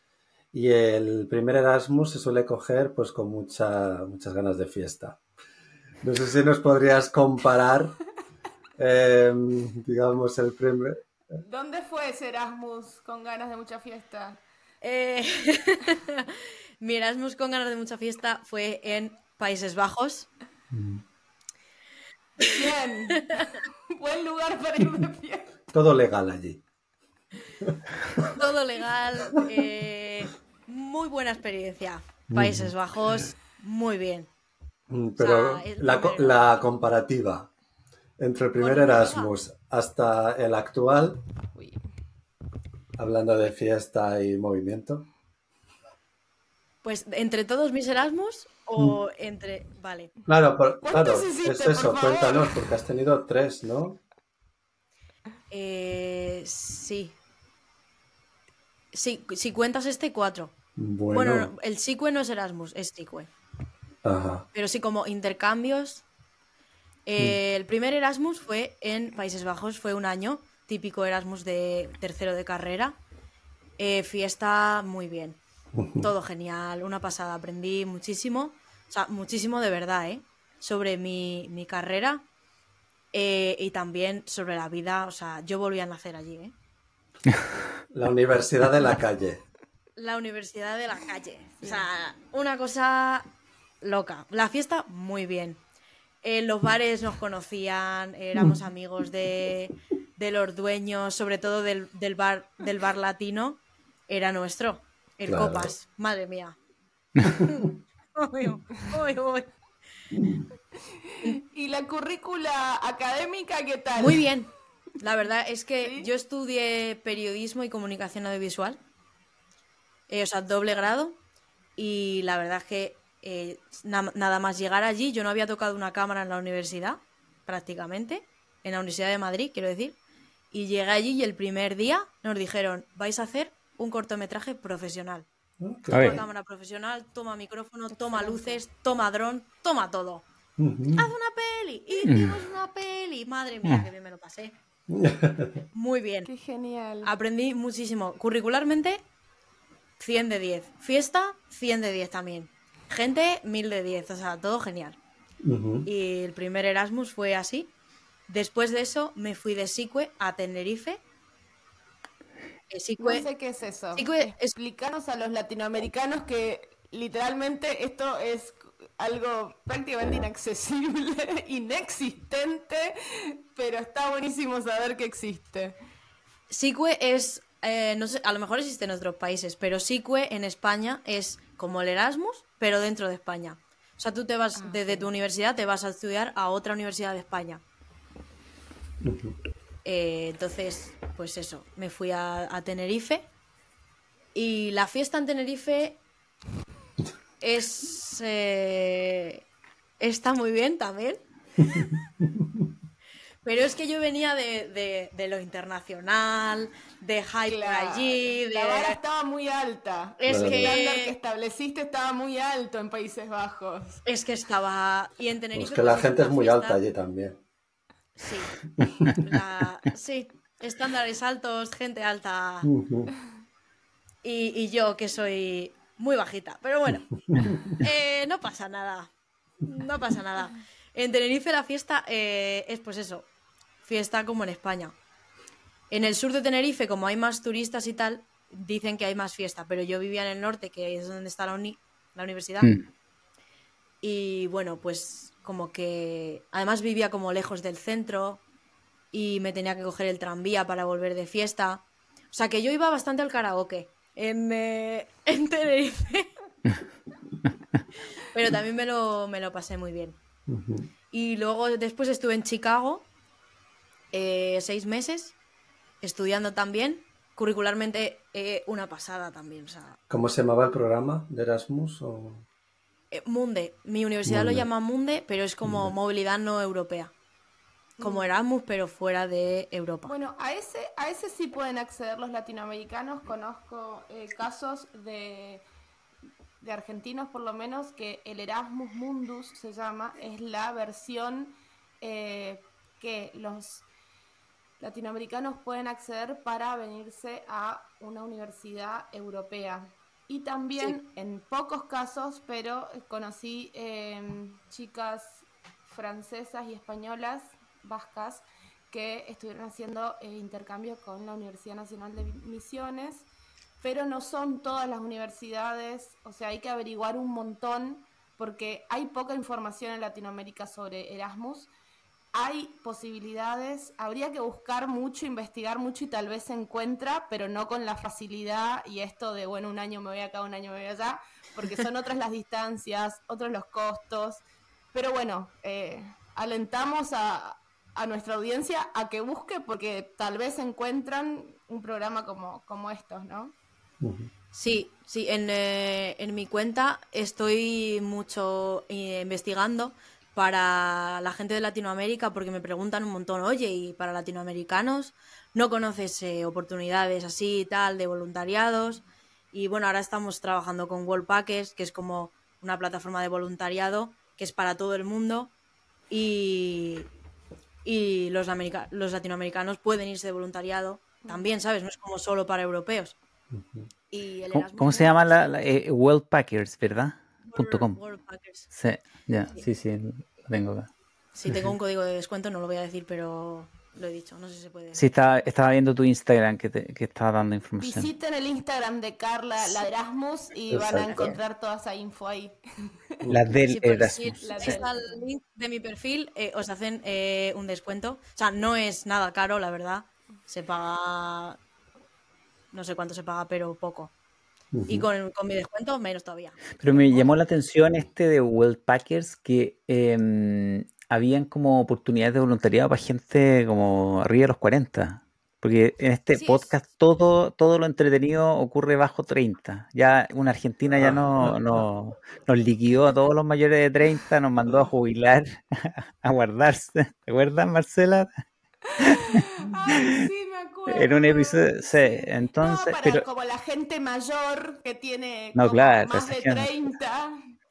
y el primer Erasmus se suele coger pues con mucha, muchas ganas de fiesta. No sé si nos podrías comparar Eh, digamos, el primer... ¿Dónde fue ese Erasmus con ganas de mucha fiesta? Eh, mi Erasmus con ganas de mucha fiesta fue en Países Bajos. Bien. Buen lugar para ir de fiesta. Todo legal allí. Todo legal. Eh, muy buena experiencia. Países Bajos, muy bien. Pero O sea, el la, co- primero. la comparativa entre el primer Noruega. Erasmus hasta el actual, Uy. hablando de fiesta y movimiento. Pues entre todos mis Erasmus o entre... Vale. Claro, por- claro, ¿Cuántos hiciste, es eso, por favor? cuéntanos, porque has tenido tres, ¿no? Eh, sí. Sí, si cuentas este, cuatro. Bueno, Bueno, no, el SICUE no es Erasmus, es SICUE. ajá. Pero sí como intercambios. Eh, El primer Erasmus fue en Países Bajos, fue un año, típico Erasmus de tercero de carrera. Eh, fiesta muy bien, todo genial, una pasada, aprendí muchísimo, o sea, muchísimo de verdad, ¿eh? Sobre mi, mi carrera eh, y también sobre la vida, o sea, yo volví a nacer allí, ¿eh? La universidad de la calle. La universidad de la calle, o sea, una cosa loca. La fiesta, muy bien. En los bares nos conocían, éramos amigos de, de los dueños, sobre todo del, del bar del bar latino, era nuestro, el Claro. Copas, madre mía. Uy, uy, uy. ¿Y la currícula académica qué tal? Muy bien, la verdad es que ¿Sí? yo estudié periodismo y comunicación audiovisual, eh, o sea, doble grado, y la verdad es que eh, na- nada más llegar allí, yo no había tocado una cámara en la universidad, prácticamente, en la Universidad de Madrid, quiero decir, y llegué allí y el primer día nos dijeron, vais a hacer un cortometraje profesional. ¿no? A ver. Toma cámara profesional, toma micrófono, toma luces, toma dron, toma todo. Ujú. ¡Haz una peli! Hicimos una peli. Madre mía, que bien me lo pasé. Muy bien. Qué genial. Aprendí muchísimo. Curricularmente, cien de diez. Fiesta, cien de diez también. Gente, mil de diez. O sea, todo genial. Ujú. Y el primer Erasmus fue así. Después de eso, me fui de SICUE a Tenerife. Eh, No SICUE, sé qué es eso. SICUE es Explícanos a los latinoamericanos que literalmente esto es algo prácticamente inaccesible, inexistente, pero está buenísimo saber que existe. SICUE es, eh, no sé, a lo mejor existe en otros países, pero SICUE en España es como el Erasmus, pero dentro de España. O sea, tú te vas, Ah, desde sí. tu universidad te vas a estudiar a otra universidad de España. Eh, entonces, pues eso, me fui a, a Tenerife y la fiesta en Tenerife es... eh, está muy bien también. Pero es que yo venía de, de- de lo internacional, de hype por Claro, allí, de... la vara estaba muy alta. Es El Claro. estándar que que... estableciste estaba muy alto en Países Bajos. Es que estaba... Y en Tenerife... Pues que la pues, es gente es una muy fiesta- alta allí también. Sí. La- Sí. Estándares altos, gente alta. Ujú. Y, y yo que soy muy bajita. Pero bueno, eh, no pasa nada. No pasa nada. En Tenerife la fiesta eh, es pues eso. Fiesta como en España. En el sur de Tenerife, como hay más turistas y tal, dicen que hay más fiesta. Pero yo vivía en el norte, que es donde está la, uni- la universidad. Mm. Y bueno, pues como que... Además vivía como lejos del centro y me tenía que coger el tranvía para volver de fiesta. O sea que yo iba bastante al karaoke en, eh, en Tenerife. Pero también me lo, me lo pasé muy bien. Ujú. Y luego después estuve en Chicago eh, seis meses estudiando también. Curricularmente eh, una pasada también. O sea, ¿Cómo se llamaba el programa de Erasmus? O... eh, Munde. Mi universidad lo Munde. llama Munde, pero es como Munde. movilidad no europea. Como Erasmus, pero fuera de Europa. Bueno, a ese, a ese sí pueden acceder los latinoamericanos. Conozco eh, casos de, de argentinos, por lo menos, que el Erasmus Mundus se llama, es la versión eh, que los latinoamericanos pueden acceder para venirse a una universidad europea. Y también, Sí. en pocos casos, pero conocí eh, chicas francesas y españolas vascas que estuvieron haciendo eh, intercambio con la Universidad Nacional de Misiones, pero no son todas las universidades, o sea, hay que averiguar un montón porque hay poca información en Latinoamérica sobre Erasmus. Hay posibilidades, habría que buscar mucho, investigar mucho y tal vez se encuentra, pero no con la facilidad y esto de, bueno, un año me voy acá, un año me voy allá, porque son otras las distancias, otros los costos. Pero bueno, eh, alentamos a, a nuestra audiencia a que busque porque tal vez encuentran un programa como, como estos, ¿no? Sí, sí, en, eh, en mi cuenta estoy mucho eh, investigando para la gente de Latinoamérica porque me preguntan un montón, oye, ¿y para latinoamericanos no conoces eh, oportunidades así y tal de voluntariados? Y bueno, ahora estamos trabajando con Worldpackers, que es como una plataforma de voluntariado que es para todo el mundo y, y los, america- los latinoamericanos pueden irse de voluntariado también, ¿sabes? No es como solo para europeos. Y el ¿Cómo, Erasmus cómo se Mundus, llama la, la eh, Worldpackers, ¿verdad? Punto com. Worldpackers. Sí, ya, Sí. sí, sí, lo tengo acá. Si tengo un código de descuento, no lo voy a decir, pero lo he dicho, no sé si se puede decir. Sí, estaba, estaba viendo tu Instagram que, te, que estaba dando información. Visiten el Instagram de Carla, la de Erasmus, y Exacto. van a encontrar toda esa info ahí. La del Sí, porque Erasmus. si La vais del- al link de mi perfil, eh, os hacen eh, un descuento. O sea, no es nada caro, la verdad. Se paga... No sé cuánto se paga, pero poco. Y con, con mi descuento, menos todavía. Pero me llamó la atención este de Worldpackers que eh, habían como oportunidades de voluntariado para gente como arriba de los cuarenta. Porque en este Sí, podcast todo, todo lo entretenido ocurre bajo treinta. Ya una argentina ya no, no nos liquidó a todos los mayores de treinta, nos mandó a jubilar, a guardarse. ¿Te acuerdas, Marcela? Ay, sí, me acuerdo. En un episodio, sí, Sí. entonces, No, para pero como la gente mayor que tiene no, como claro, más esa de gente. treinta.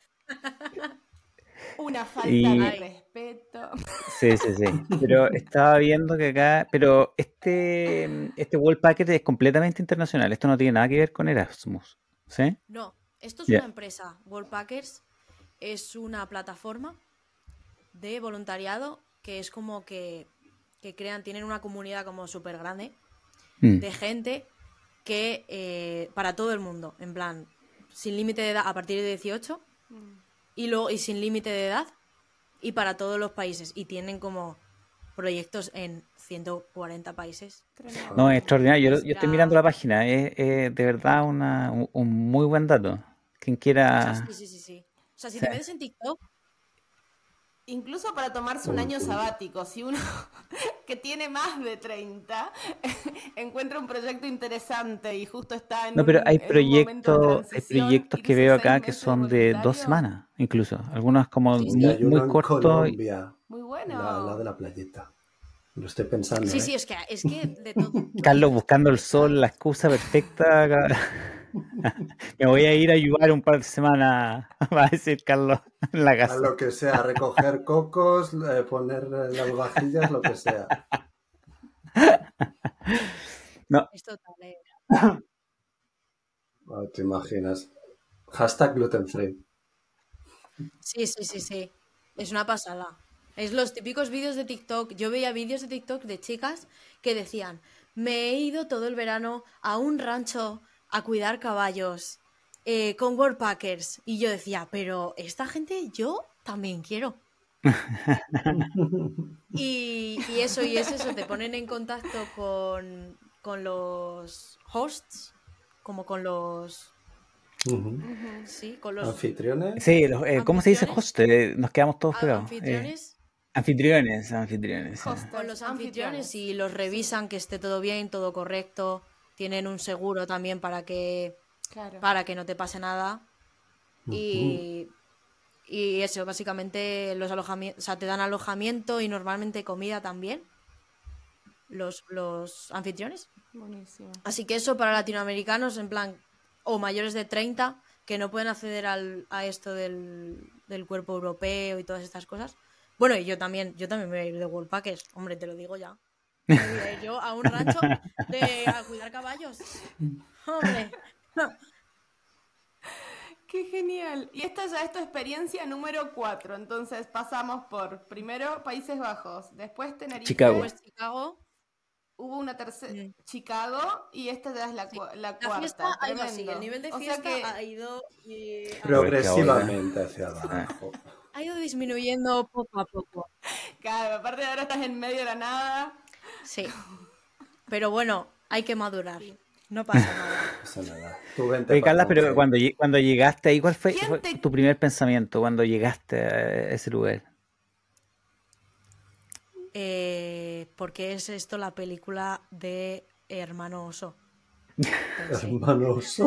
Una falta Y de respeto. sí, sí, sí. Pero estaba viendo que acá, pero este, este Worldpacker es completamente internacional. Esto no tiene nada que ver con Erasmus, ¿sí? no. Esto es Ya. una empresa. Worldpackers es una plataforma de voluntariado que es como que, que crean, tienen una comunidad como súper grande Mm. de gente que eh, para todo el mundo, en plan, sin límite de edad a partir de dieciocho y luego y sin límite de edad y para todos los países y tienen como proyectos en ciento cuarenta países. No, es extraordinario. Yo, Es yo estoy la- mirando la página. Es, es de verdad una, un, un muy buen dato. Quien O sea, quiera. sí, sí, sí, sí. O sea, si Sí. te metes en TikTok, Incluso para tomarse un año sabático, si uno que tiene más de treinta encuentra un proyecto interesante y justo está en No, pero un, hay en un momento de proyectos, hay transición, proyectos que irse veo seis acá que meses son de dos voluntario, semanas, incluso. Algunos como Sí, sí. Y muy, hay uno muy en cortos. Colombia, muy bueno. la, la de la playita. Lo estoy pensando, sí, ¿eh? sí, es que, es que de todo. Carlos buscando el sol, la excusa perfecta. Me voy a ir a ayudar un par de semanas, va a decir Carlos, en la A casa. lo que sea, recoger cocos, eh, poner eh, las vajillas, lo que sea. No, Es total, eh. Ah, te imaginas. Hashtag gluten free. Sí, sí, sí, sí. Es una pasada. Es los típicos vídeos de TikTok. Yo veía vídeos de TikTok de chicas que decían, me he ido todo el verano a un rancho a cuidar caballos eh, con Worldpackers. Y yo decía, pero esta gente yo también quiero. Y, y eso, y es eso, te ponen en contacto con, con los hosts, como con los... Ujú. Sí, con los Anfitriones. sí, los, eh, ¿cómo se dice anfitriones. host? Eh, nos quedamos todos a- pegados. Eh, anfitriones. anfitriones, anfitriones. sí. Hosters, Con los anfitriones anfitriones. y los revisan que esté todo bien, todo correcto. Tienen un seguro también para que Claro. para que no te pase nada. Y, y eso, básicamente los alojamientos, o sea, te dan alojamiento y normalmente comida también. Los, los anfitriones. Buenísimo. Así que eso para latinoamericanos, en plan, o mayores de treinta, que no pueden acceder al, a esto del, del cuerpo europeo y todas estas cosas. Bueno, y yo también, yo también me voy a ir de Worldpackers, hombre, te lo digo ya. Me voy a ir yo a un rancho de, a cuidar caballos. Hombre. Qué genial. Y esta ya es tu experiencia número cuatro. Entonces pasamos por primero Países Bajos, después Tenerife, Chicago. Después Chicago. hubo una tercera, Mm. Chicago, y esta ya es la, Sí. cua- la La cuarta. fiesta ha ido Tremendo. así, el nivel de O sea fiesta que ha ido eh, Progresivamente hacia abajo. ha ido disminuyendo poco a poco. claro, aparte de ahora estás en medio de la nada. Sí. Pero bueno, hay que madurar. No pasa nada. No pasa nada. Tú vente Oye, pa' Carla, pero Conce. cuando, lle- cuando llegaste ahí, ¿cuál fue, ¿Quién fue te- tu primer pensamiento cuando llegaste a ese lugar? Eh, porque es esto la película de Hermano Oso. Pensé, Hermanoso.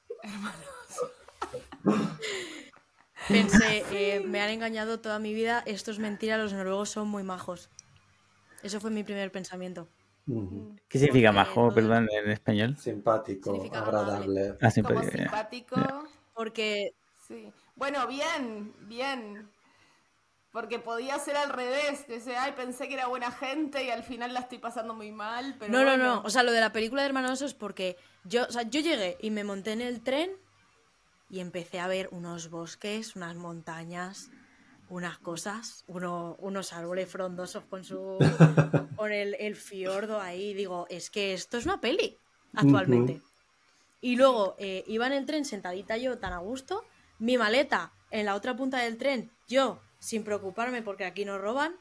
Pensé, eh, me han engañado toda mi vida, esto es mentira, los noruegos son muy majos. Eso fue mi primer pensamiento. Ujú. ¿Qué significa Porque majo, lo del- perdón, en español? Simpático, Significa agradable. Ah, siempre- Como simpático. Porque Sí. Bueno, bien, bien. Porque podía ser al revés. Que sea, ay, pensé que era buena gente y al final la estoy pasando muy mal. Pero no, no, bueno. no. O sea, lo de la película de Hermano Oso es porque yo, o sea, yo llegué y me monté en el tren y empecé a ver unos bosques, unas montañas, unas cosas, uno, unos árboles frondosos con su con el, el fiordo ahí. Digo, es que esto es una peli actualmente. Ujú. Y luego eh, iba en el tren sentadita yo tan a gusto, mi maleta en la otra punta del tren, yo sin preocuparme porque aquí nos roban.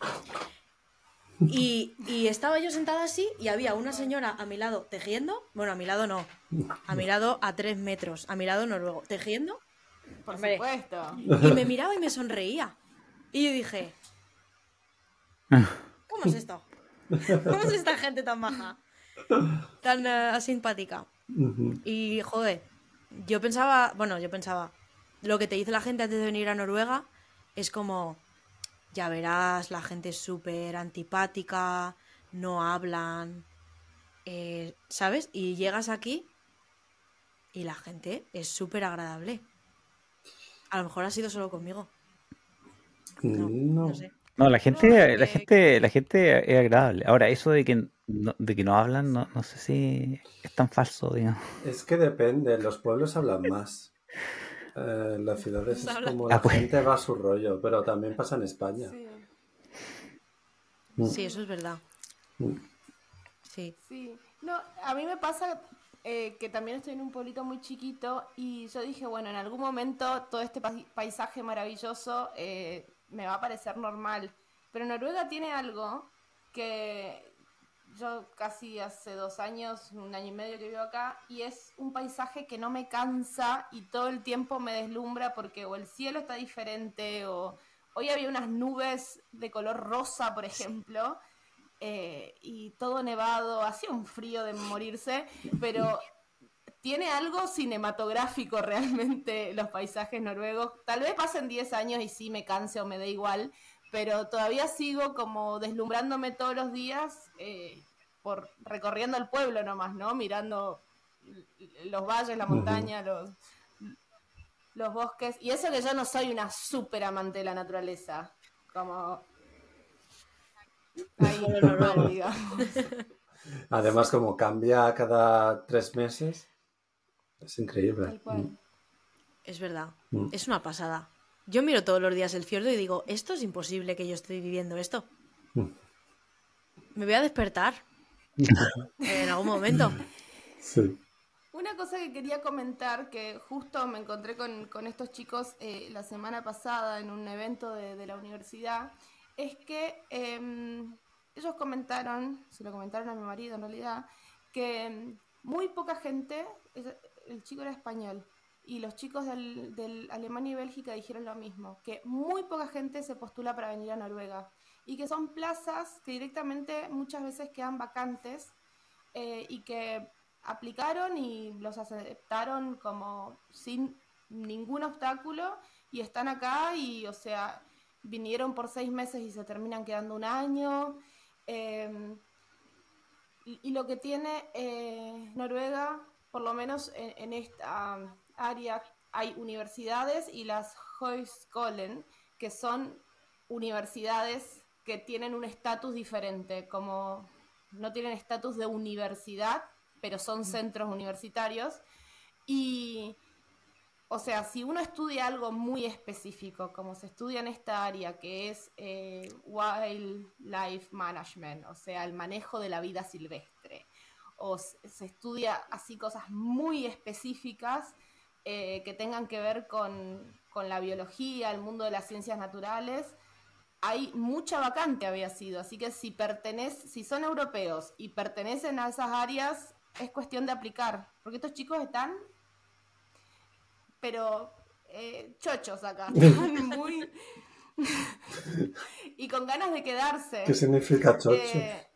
Y, y estaba yo sentada así y había una señora a mi lado tejiendo. Bueno, a mi lado no. A mi lado a tres metros. A mi lado noruego. Tejiendo. Por Hombre. supuesto. Y me miraba y me sonreía. Y yo dije, ¿cómo es esto? ¿Cómo es esta gente tan maja? Tan eh, simpática. Ujú. Y joder, yo pensaba, bueno, yo pensaba, lo que te dice la gente antes de venir a Noruega es como, ya verás, la gente es súper antipática, no hablan, eh, ¿sabes? Y llegas aquí y la gente es súper agradable. A lo mejor ha sido solo conmigo. No, No. no sé. No, la No, gente, es la que- gente, la gente es agradable. Ahora, eso de que no, de que no hablan, no, no sé si es tan falso, digamos. Es que depende, los pueblos hablan más. Eh, las ciudades es Hablan. como Ah, la pues. gente va a su rollo, pero también pasa en España. Sí, Mm. Sí, eso es verdad. Mm. Sí. sí. No, a mí me pasa eh, que también estoy en un pueblito muy chiquito y yo dije, bueno, en algún momento todo este pa- paisaje maravilloso eh, me va a parecer normal. Pero Noruega tiene algo que yo casi hace dos años, un año y medio que vivo acá, y es un paisaje que no me cansa y todo el tiempo me deslumbra porque o el cielo está diferente o hoy había unas nubes de color rosa, por ejemplo, eh, y todo nevado, hacía un frío de morirse, pero tiene algo cinematográfico realmente los paisajes noruegos. Tal vez pasen diez años y sí me canse o me dé igual, pero todavía sigo como deslumbrándome todos los días eh, por recorriendo el pueblo nomás, ¿no? Mirando los valles, la montaña, los, los bosques. Y eso que yo no soy una súper amante de la naturaleza, como ahí Como los normal, noruegos. digamos. Además, como cambia cada tres meses, es increíble. Tal cual. Es verdad. Mm. Es una pasada. Yo miro todos los días el fiordo y digo, esto es imposible que yo estoy viviendo esto. Mm. Me voy a despertar en algún momento. Sí. Una cosa que quería comentar, que justo me encontré con, con estos chicos eh, la semana pasada en un evento de, de la universidad, es que eh, ellos comentaron, se lo comentaron a mi marido en realidad, que eh, muy poca gente, es- el chico era español, y los chicos del, del Alemania y Bélgica dijeron lo mismo, que muy poca gente se postula para venir a Noruega, y que son plazas que directamente muchas veces quedan vacantes eh, y que aplicaron y los aceptaron como sin ningún obstáculo y están acá y, o sea, vinieron por seis meses y se terminan quedando un año. Eh, y, y lo que tiene eh, Noruega, por lo menos en, en esta um, área, hay universidades y las Høgskolen, que son universidades que tienen un estatus diferente, como no tienen estatus de universidad, pero son centros universitarios. Y o sea, si uno estudia algo muy específico, como se estudia en esta área, que es eh, Wildlife Management, o sea, el manejo de la vida silvestre, o se, se estudia así cosas muy específicas eh, que tengan que ver con, con la biología, el mundo de las ciencias naturales, hay mucha vacante había sido, así que si pertenece, si son europeos y pertenecen a esas áreas, es cuestión de aplicar, porque estos chicos están, pero eh, chochos acá, están muy y con ganas de quedarse. ¿Qué significa chocho? Eh...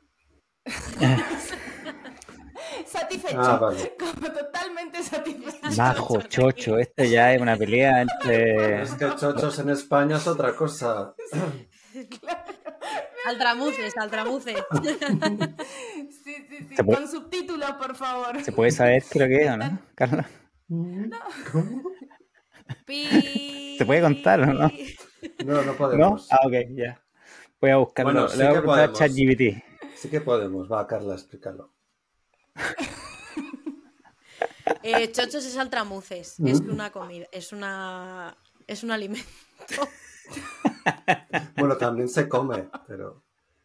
satisfecho, ah, vale. como totalmente satisfecho. Bajo, chocho, esta ya es una pelea entre... Es que chochos en España es otra cosa. Claro. Altramuces, altramuces. Sí, sí, sí. Puede... Con subtítulos, por favor. ¿Se puede saber qué es lo que es o no, Carla? No. ¿Cómo? Pi... ¿Se puede contar o no? No, no podemos. ¿No? Ah, ok, ya. Voy a buscarlo. Bueno, sí Le voy que a preguntar a podemos. ChatGPT. Sí que podemos. Va, Carla, explícalo. Eh, chochos es altramuces. Es una comida, es una... es un alimento. Bueno, también se come, pero...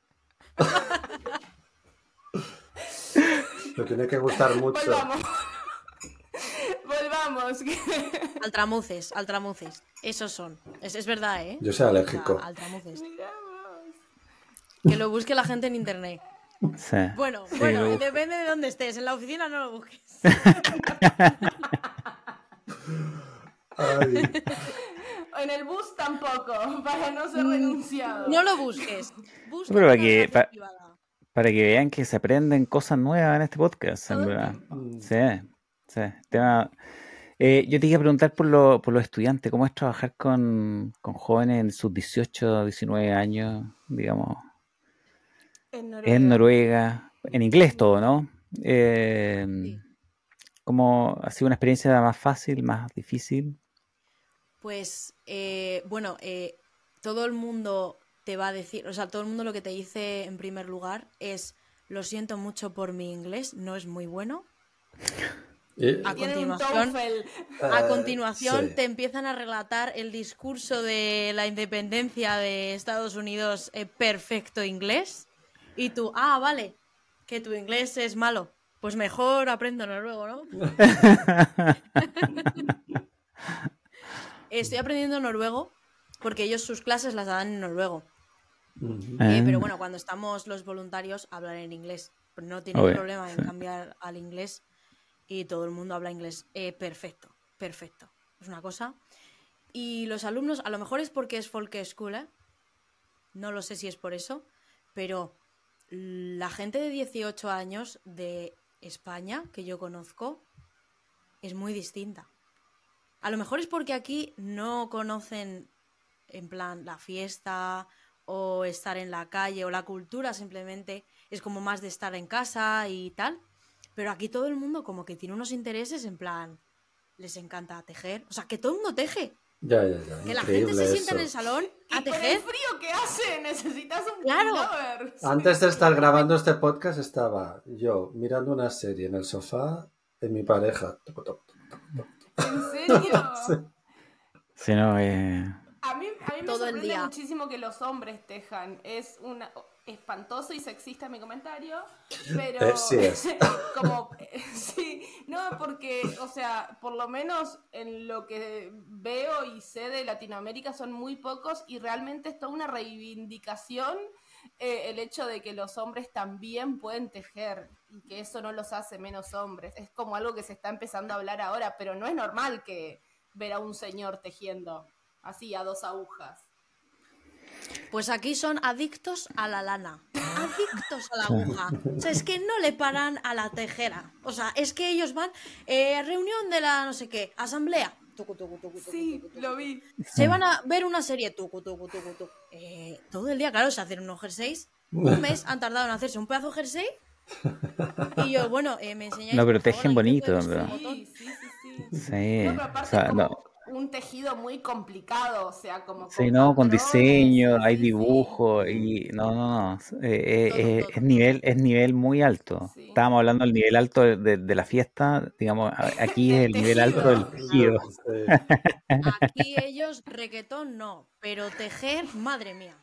Pero tiene que gustar mucho. Volvamos. Volvamos. Altramuces, altramuces. Esos son. Es, es verdad, ¿eh? Yo soy alérgico. O sea, altramuces. Que lo busque la gente en internet. Sí. Bueno, Sí, bueno, lo... depende de dónde estés. En la oficina no lo busques. Ay. En el bus tampoco, para no ser renunciado. No lo busques. Busca Pero para una que, relación pa, privada. para que vean que se aprenden cosas nuevas en este podcast, en verdad. Sí, sí. Tema... Eh, yo te iba a preguntar por, lo, por los estudiantes, ¿cómo es trabajar con, con jóvenes en sus dieciocho, diecinueve años, digamos, En Noruega. en Noruega, en inglés todo, ¿no? Eh, Sí. ¿Cómo ha sido una experiencia más fácil, más difícil? Pues, eh, bueno, eh, todo el mundo te va a decir, o sea, todo el mundo lo que te dice en primer lugar es, lo siento mucho por mi inglés, no es muy bueno. ¿Y? A Tiene un continuación, TOEFL. a Eh, continuación sí. te empiezan a relatar el discurso de la independencia de Estados Unidos en perfecto inglés y tú, ah, vale, que tu inglés es malo, pues mejor aprendo noruego, ¿no? Estoy aprendiendo noruego porque ellos sus clases las dan en noruego. Uh-huh. Eh, pero bueno, cuando estamos los voluntarios hablan en inglés. No tienen Obvio, problema en sí. cambiar al inglés y todo el mundo habla inglés eh, perfecto, perfecto. Es una cosa. Y los alumnos, a lo mejor es porque es Folkeskole, no lo sé si es por eso, pero la gente de dieciocho años de España que yo conozco es muy distinta. A lo mejor es porque aquí no conocen en plan la fiesta o estar en la calle o la cultura, simplemente es como más de estar en casa y tal. Pero aquí todo el mundo como que tiene unos intereses en plan, les encanta tejer. O sea, que todo el mundo teje. Ya, ya, ya. Que la gente se Increíble sienta en el eso. salón Y a con el tejer. frío que hace, necesitas un Claro. pullover. Antes de estar grabando este podcast estaba yo mirando una serie en el sofá de mi pareja. Toc, toc, toc, toc, toc. ¿En serio? Sí. Si no, eh... A mí, a mí me Todo el sorprende día. muchísimo que los hombres tejan. Es una espantoso y sexista mi comentario, pero Eh, sí es. como eh, sí, no, porque, o sea, por lo menos en lo que veo y sé de Latinoamérica son muy pocos y realmente es toda una reivindicación eh, el hecho de que los hombres también pueden tejer y que eso no los hace menos hombres. Es como algo que se está empezando a hablar ahora, pero no es normal que ver a un señor tejiendo así a dos agujas. Pues aquí son adictos a la lana, adictos a la aguja. O sea, es que no le paran a la tejera. O sea, es que ellos van, eh, reunión de la no sé qué, asamblea. Tucu, tucu, tucu, tucu, Sí, tucu, tucu. lo vi. Se van a ver una serie, tucu, tucu, tucu, tucu. Eh, todo el día, claro, se hacen unos jerseys. Un mes han tardado en hacerse un pedazo de jersey. Y yo, bueno, eh, me enseñáis. No, pero por favor, tejen la bonito, intento de ¿verdad? botón. Sí, sí, sí, sí. Sí. No, pero aparte O sea, como no. un tejido muy complicado, o sea, como Sí, con no, con patrones, diseño, hay sí, sí, dibujo y no, no, no, eh, eh, Todo, eh, todo, es todo. nivel, es nivel muy alto. sí. Estábamos hablando del nivel alto de, de- de la fiesta, digamos, a- aquí es Del el nivel alto del tejido. tejido. Sí. Aquí ellos, reggaetón no, pero tejer, madre mía,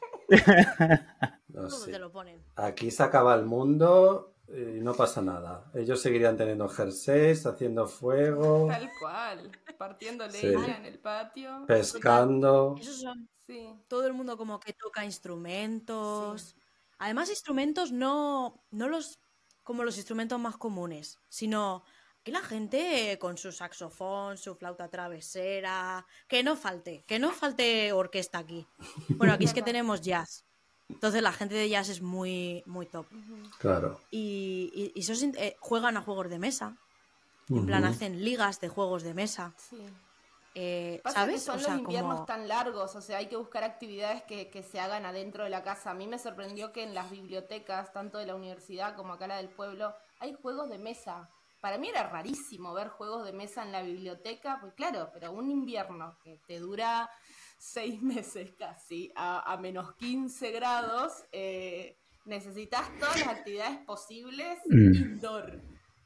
No todo te sé. lo ponen. Aquí se acaba el mundo y no pasa nada. Ellos seguirían teniendo jerseys, haciendo fuego, Tal cual, partiendo sí, leña en el patio. Total, pescando. esos son Sí, todo el mundo como que toca sí. instrumentos. Además, instrumentos no, no los como los instrumentos más comunes, sino que la gente con su saxofón, su flauta travesera, que no falte, que no falte orquesta aquí. Bueno, aquí es que Verdad. tenemos jazz. Entonces la gente de jazz es muy, muy top. Ujú. Claro. Y, y, y esos, eh, juegan a juegos de mesa. En plan, Ujú. hacen ligas de juegos de mesa. Sí. Eh, Pasa que ¿Sabes? son O los sea, inviernos como... tan largos, o sea, hay que buscar actividades que, que se hagan adentro de la casa. A mí me sorprendió que en las bibliotecas, tanto de la universidad como acá la del pueblo, hay juegos de mesa. Para mí era rarísimo ver juegos de mesa en la biblioteca, pues claro, pero un invierno que te dura seis meses casi, a, a menos quince grados, eh, necesitas todas las actividades posibles Mm. indoor.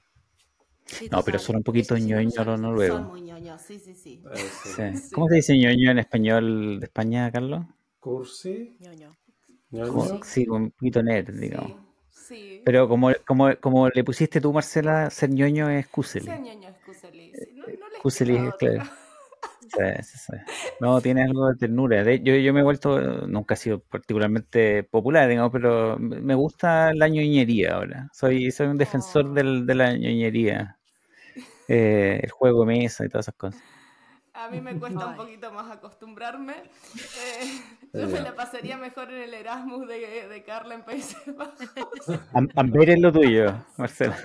Sí, No, pero total. son un Es poquito que si no, no ñoño los sales de casa. Son noruegos. muy ñoños, sí, sí, sí. Eh, sí. Sí. Sí. ¿Cómo se dice ñoño en español de España, Carlos? Cursi, Ñoño. ñoño. Como- Sí. sí, un poquito nerd, digamos. Sí, sí. Pero como, como, como le pusiste tú, Marcela, ser ñoño es Sea cúsele. ñoño, excúsele. Sí, no, no les Cúsele queda es claro. otra. Sí, sí, sí. No, tiene algo de ternura. De- yo, yo me he vuelto, nunca he sido particularmente popular, digamos, pero me me gusta la ñoñería ahora. Soy, soy un defensor Oh. del, de la ñoñería, eh, el juego de mesa y todas esas cosas. A mí me cuesta un Ay. poquito más acostumbrarme. Eh, yo me Ya. la pasaría mejor en el Erasmus de, de Carla en Países Bajos. Am- Amber es lo tuyo, Marcela.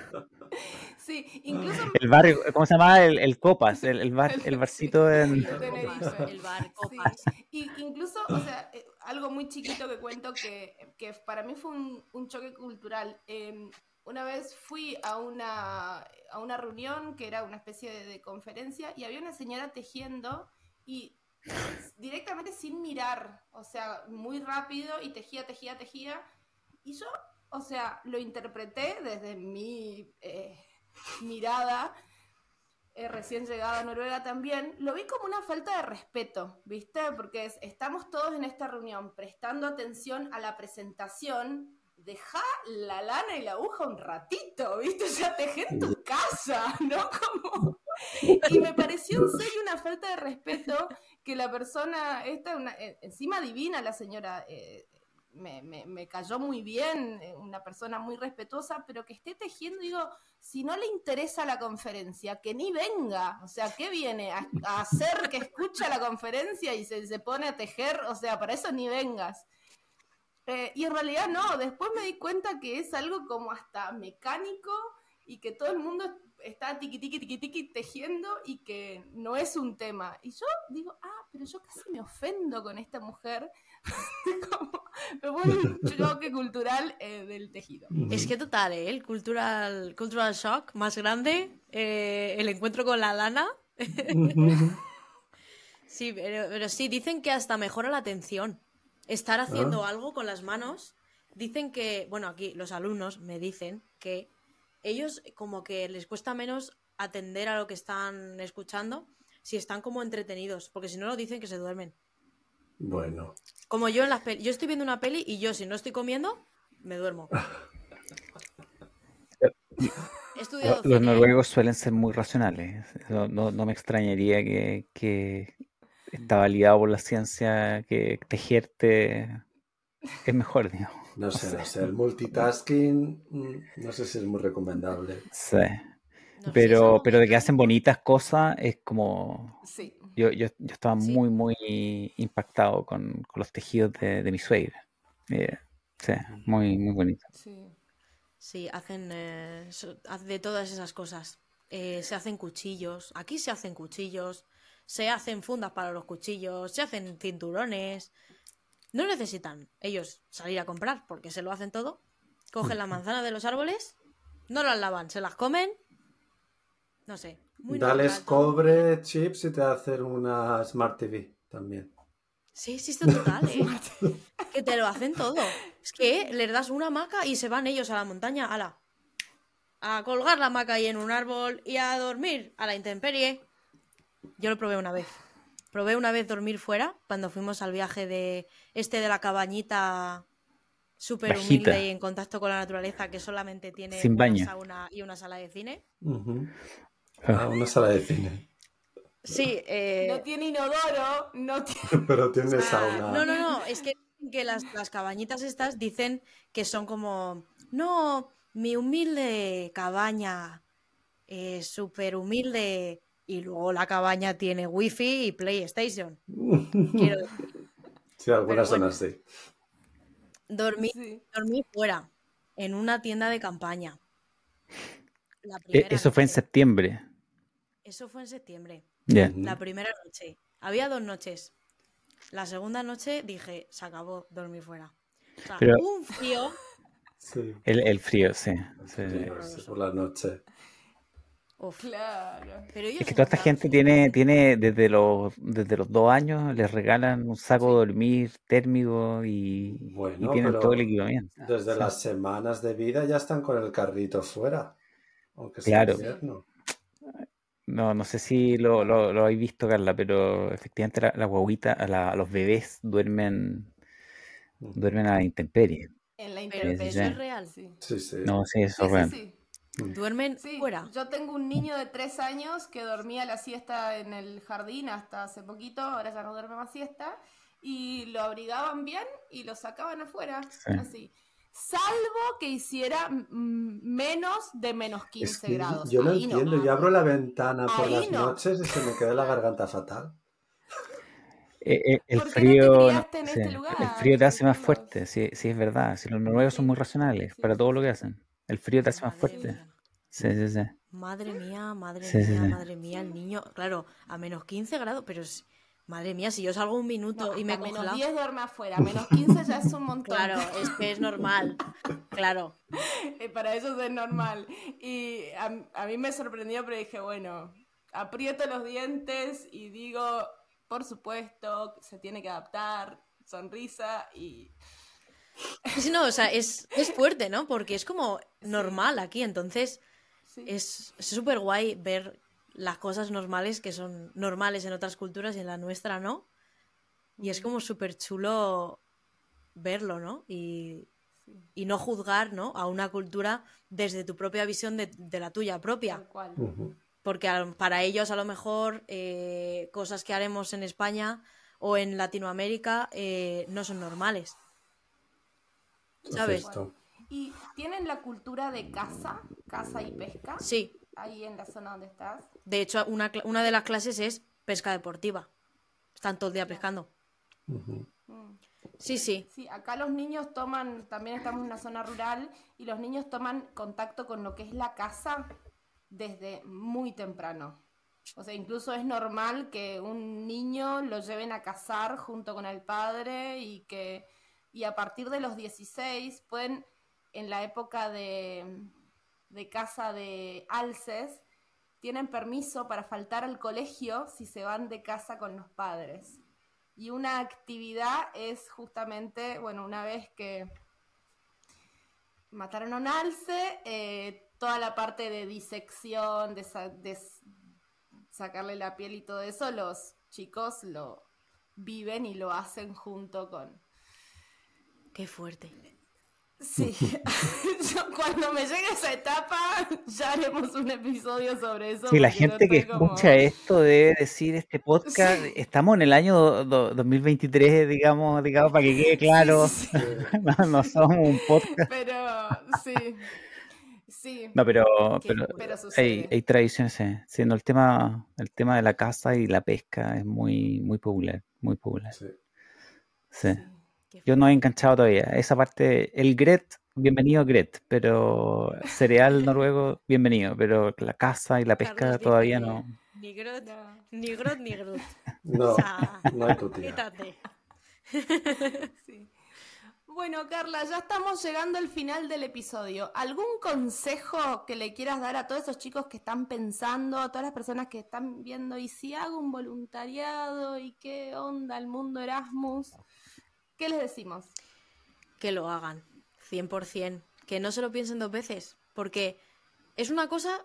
Sí, incluso El barrio, ¿cómo se llama? El, el Copas, el, el bar, el, el sí, barcito en... Sí, el copas. Tenerife. El bar Sí, copas. y incluso, o sea, eh, algo muy chiquito que cuento que, que para mí fue un, un choque cultural. Eh, una vez fui a una, a una reunión que era una especie de, de conferencia y había una señora tejiendo y directamente sin mirar, o sea, muy rápido y tejía, tejía, tejía. Y yo, o sea, lo interpreté desde mi eh, mirada eh, recién llegada a Noruega también, lo vi como una falta de respeto, ¿viste? Porque es, estamos todos en esta reunión prestando atención a la presentación, deja la lana y la aguja un ratito, ¿viste? O sea, teje en tu casa, ¿no? Como... Y me pareció en serio una falta de respeto que la persona, esta, una, encima divina la señora, eh, me, me, me cayó muy bien, una persona muy respetuosa, pero que esté tejiendo, digo, si no le interesa la conferencia, que ni venga, o sea, ¿qué viene? ¿A, a hacer que escucha la conferencia y se, se pone a tejer? O sea, para eso ni vengas. Eh, y en realidad no, después me di cuenta que es algo como hasta mecánico y que todo el mundo está tiqui tiqui tiqui tiqui tejiendo y que no es un tema. Y yo digo, ah, pero yo casi me ofendo con esta mujer. Como, me fue un choque cultural eh, del tejido. Es que total, ¿eh? El cultural, cultural shock más grande, eh, el encuentro con la lana. Sí, pero, pero sí, dicen que hasta mejora la atención. Estar haciendo Ah. algo con las manos. Dicen que, bueno, aquí los alumnos me dicen que ellos como que les cuesta menos atender a lo que están escuchando si están como entretenidos, porque si no lo dicen que se duermen. Bueno. Como yo en las peli, yo estoy viendo una peli y yo si no estoy comiendo, me duermo. He estudiado Lo- Los cine, ¿eh? noruegos suelen ser muy racionales. No, no, no me extrañaría que, que está validado por la ciencia que tejerte es mejor, digamos. No sé, no sé. El multitasking, mm, no sé si es muy recomendable. Sí. No, sí, es Pero, algo pero de que mecánico. hacen bonitas cosas es como... Sí. Yo, yo, yo estaba Sí. muy, muy impactado con, con los tejidos de, de mi suegra. Eh, sí, muy, muy bonito. Sí. Sí, hacen eh, so- haz- de todas esas cosas. Eh, se hacen cuchillos. Aquí se hacen cuchillos. Se hacen fundas para los cuchillos. Se hacen cinturones. No necesitan ellos salir a comprar porque se lo hacen todo. Cogen la manzana de los árboles. No las lavan, se las comen. No sé. Muy Dales neutral todo. cobre, chips y te hacen una Smart T V también. Sí, sí, esto total, ¿eh? Que te lo hacen todo. Es que les das una hamaca y se van ellos a la montaña, ala. A colgar la hamaca ahí en un árbol y a dormir a la intemperie. Yo lo probé una vez. Probé una vez dormir fuera cuando fuimos al viaje de este de la cabañita súper Bajita. humilde y en contacto con la naturaleza que solamente tiene Sin una baño. sauna y una sala de cine. Ujú. Ah. Ah, una sala de cine. Sí, eh, No tiene inodoro, no tiene... Pero tiene ah, sauna. no, no, no, es que, que las, las cabañitas estas dicen que son como, no, mi humilde cabaña, eh, súper humilde, y luego la cabaña tiene wifi y PlayStation. Quiero decir, Sí, algunas pero son bueno. así. dormí, Sí. dormí fuera, en una tienda de campaña. La E- primera Eso fue en noche. septiembre. Eso fue en septiembre. Ya. Ujú. La primera noche. Había dos noches. La segunda noche dije, se acabó dormir fuera. O sea, Pero- un frío. Sí. El, el frío, sí. sí. Frío, sí, por la noche. Uf. Claro. Pero ellos Es que toda esta encantados, gente tiene, felices. tiene desde los, desde los dos años, les regalan un saco Sí. de dormir térmico y, y Bueno, tienen todo el pero equipamiento. desde Sí. las semanas de vida ya están con el carrito fuera. Aunque sea Claro. invierno. No, no sé si lo, lo, lo habéis visto, Carla, pero efectivamente la, la guaguita, a la- a los bebés duermen, Ujú. duermen a la intemperie. En la Pero, Sí, pero sí, eso sí. es real. Sí. Sí, sí. No, sí, eso Sí, es real. sí, sí. Duermen Sí, fuera. yo tengo un niño de tres años que dormía la siesta en el jardín hasta hace poquito, ahora ya no duerme más siesta, y lo abrigaban bien y lo sacaban afuera, Sí. así. Salvo que hiciera mm, menos de menos Es quince que grados. yo no Ahí entiendo. no. Yo abro la ventana por Ahí las no. noches y se me queda la garganta fatal. Eh, eh, el ¿Por qué no te frío, no, criaste en sí, este el lugar, frío te hace más Carlos? fuerte, sí, sí es verdad. Si los noruegos son Sí, muy racionales sí, para sí, todo lo sí. que hacen. El frío te hace más Madre fuerte. mía. Sí, sí, sí. Madre mía, madre Sí, sí, mía, sí. madre mía, el niño. Claro, a menos quince grados, pero es- madre mía, si yo salgo un No, minuto y me he hasta menos congelado. diez duerme afuera, menos quince ya es un montón. Claro, es que es normal. Claro. Eh, Para ellos es normal. Y a, a mí me sorprendió, pero dije, bueno, aprieto los dientes y digo, por supuesto, se tiene que adaptar, sonrisa y... Sí, sí, no, o sea, es, es fuerte, ¿no? Porque es como normal aquí, entonces Sí. es súper guay ver las cosas normales que son normales en otras culturas y en la nuestra no. Y es como súper chulo verlo, ¿no? Y, y no juzgar, ¿no? A una cultura desde tu propia visión de, de la tuya propia. Tal cual. Ujú. Porque a- para ellos a lo mejor eh, cosas que haremos en España o en Latinoamérica eh, no son normales. ¿Sabes? Perfecto. ¿Y tienen la cultura de caza, caza y pesca? Sí. Ahí en la zona donde estás. De hecho, una, cla- una de las clases es pesca deportiva. Están todo el día pescando. Ujú. Mm. Sí, sí. Sí, acá los niños toman, también estamos en una zona rural, y los niños toman contacto con lo que es la caza desde muy temprano. O sea, incluso es normal que un niño lo lleven a cazar junto con el padre y que y a partir de los dieciséis pueden, en la época de, de caza de alces, tienen permiso para faltar al colegio si se van de caza con los padres. Y una actividad es justamente, bueno, una vez que mataron a un alce, eh, toda la parte de disección, de, sa- de s- sacarle la piel y todo eso, los chicos lo viven y lo hacen junto con... Qué fuerte. Sí, yo cuando me llegue esa etapa ya haremos un episodio sobre eso. Sí, la porque yo gente que estoy como... escucha esto debe decir este podcast, Sí. estamos en el año do- do- dos mil veintitrés, digamos, digamos, para que quede Sí, claro, sí, sí. no, no somos un podcast. Pero sí, sí, No, pero, Qué pero fuerte. pero hay, sucede. hay tradiciones, sí. Sí, no, el tema, el tema de la caza y la pesca es muy, muy popular, muy popular. Sí. Sí. Sí. Qué Yo no he fuerte. enganchado todavía. Esa parte, el Gret, bienvenido Gret, pero cereal noruego, bienvenido, pero la caza y la pesca Carlos dice todavía que no. ni grot, No. ni grot, ni grut. No, O sea, no hay tu tía. quítate. Sí. Bueno, Carla, ya estamos llegando al final del episodio. ¿Algún consejo que le quieras dar a todos esos chicos que están pensando, a todas las personas que están viendo, y si hago un voluntariado, y qué onda el mundo Erasmus? ¿Qué les decimos? Que lo hagan, cien por ciento. Que no se lo piensen dos veces, porque es una cosa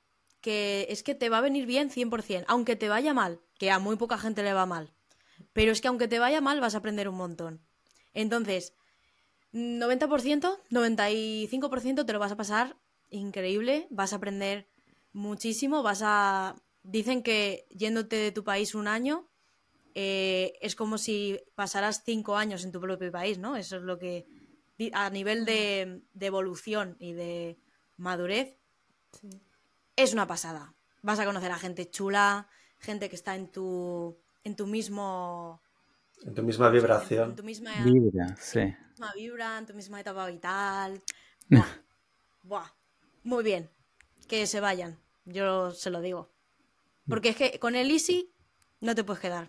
que es que te va a venir bien cien por ciento, aunque te vaya mal, que a muy poca gente le va mal. Pero es que aunque te vaya mal vas a aprender un montón. Entonces, noventa por ciento, noventa y cinco por ciento te lo vas a pasar increíble, vas a aprender muchísimo, vas a... Dicen que yéndote de tu país un año eh, es como si pasaras cinco años en tu propio país, ¿no? Eso es lo que... A nivel de, de evolución y de madurez, Sí. es una pasada. Vas a conocer a gente chula, gente que está en tu, en tu mismo... En tu misma vibración. En tu misma... Vibra, sí. En tu misma vibra, en tu misma etapa vital. Buah, buah. Muy bien. Que se vayan. Yo se lo digo. Porque es que con el Easy no te puedes quedar.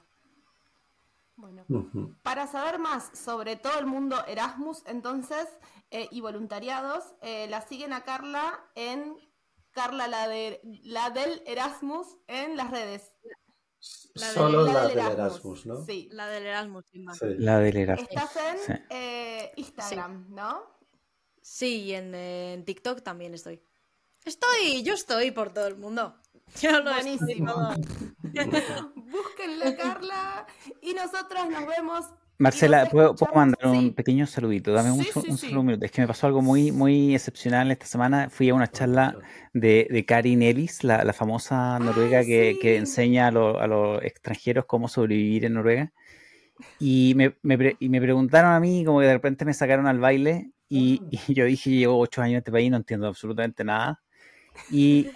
Bueno, Ujú. para saber más sobre todo el mundo Erasmus, entonces, eh, y voluntariados, eh, la siguen a Carla en Carla la, de, la del Erasmus en las redes. La Solo del- la, la del Erasmus, ¿no? Sí. La del Erasmus, sin más. Sí. La del Erasmus. Estás en Sí. eh, Instagram, ¿no? Sí, y en, eh, en TikTok también estoy. Estoy, yo estoy por todo el mundo. Yo lo estoy Buenísimo. todo. Búsquenla, Carla, y nosotras nos vemos. Marcela, y nos ¿puedo, puedo escuchamos. mandar un Sí. pequeño saludito? Dame un, Sí, so- sí, un sí. solo minuto. Es que me pasó algo muy, muy excepcional esta semana. Fui a una charla Bonito. de, de Karin Ellis, la, la famosa noruega Ay, que, que sí. enseña a, lo- a los extranjeros cómo sobrevivir en Noruega. Y me, me pre- y me preguntaron a mí, como que de repente me sacaron al baile, y, Ah. y yo dije, llevo ocho años en este país, no entiendo absolutamente nada. Y,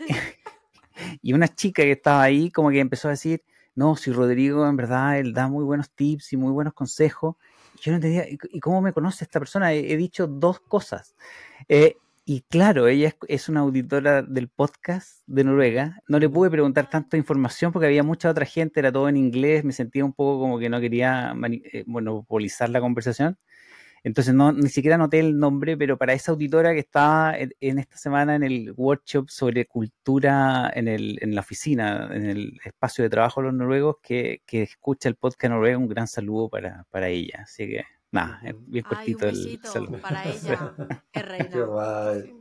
y una chica que estaba ahí como que empezó a decir, no, si Rodrigo en verdad él da muy buenos tips y muy buenos consejos. Y yo no entendía, ¿y, y cómo me conoce esta persona? He, he dicho dos cosas. Eh, y claro, ella es, es una auditora del podcast de Noruega. No le pude preguntar tanta información porque había mucha otra gente, era todo en inglés, me sentía un poco como que no quería mani- eh, monopolizar la conversación. Entonces no, ni siquiera anoté el nombre, pero para esa auditora que estaba en, en esta semana en el workshop sobre cultura en, el, en la oficina, en el espacio de trabajo de los noruegos, que, que escucha el podcast noruego, un gran saludo para, para ella. Así que nada, es Ujú. bien Ay, cortito un el besito saludo. para ella. Qué Qué reina. guay.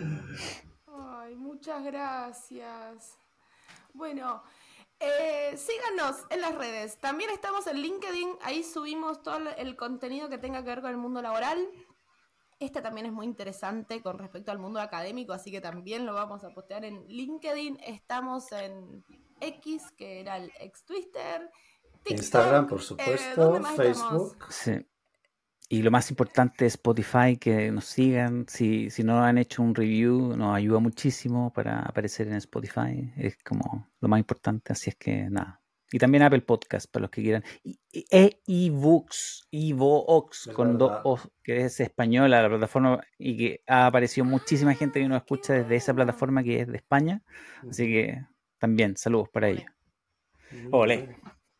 Ay, muchas gracias. Bueno, eh, síganos en las redes. También estamos en LinkedIn. Ahí subimos todo el contenido que tenga que ver con el mundo laboral. Este también es muy interesante con respecto al mundo académico, así que también lo vamos a postear en LinkedIn. Estamos en X, que era el ex Twitter. TikTok, Instagram, por eh, supuesto, ¿dónde más estamos? Facebook. Sí. Y lo más importante es Spotify, que nos sigan. Si, si no han hecho un review, nos ayuda muchísimo para aparecer en Spotify. Es como lo más importante, así es que nada. Y también Apple Podcast, para los que quieran. Y, y- e eBooks, eBooks, Es con dos verdad. O, que es española la plataforma, y que ha aparecido muchísima gente que nos Ah, qué escucha desde esa bueno. plataforma que es de España. Así Ujú. que también, saludos para Ole. ellos. Muy Ole. bien.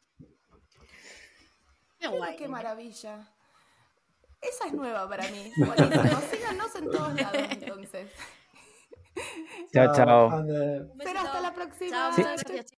Qué Mira guay. qué maravilla. Esa es nueva para mí. Buenísimo. Síganos en todos lados, entonces. Chao, chao. Anne. Un Será besito. hasta la próxima. Chao, Sí. muchas gracias.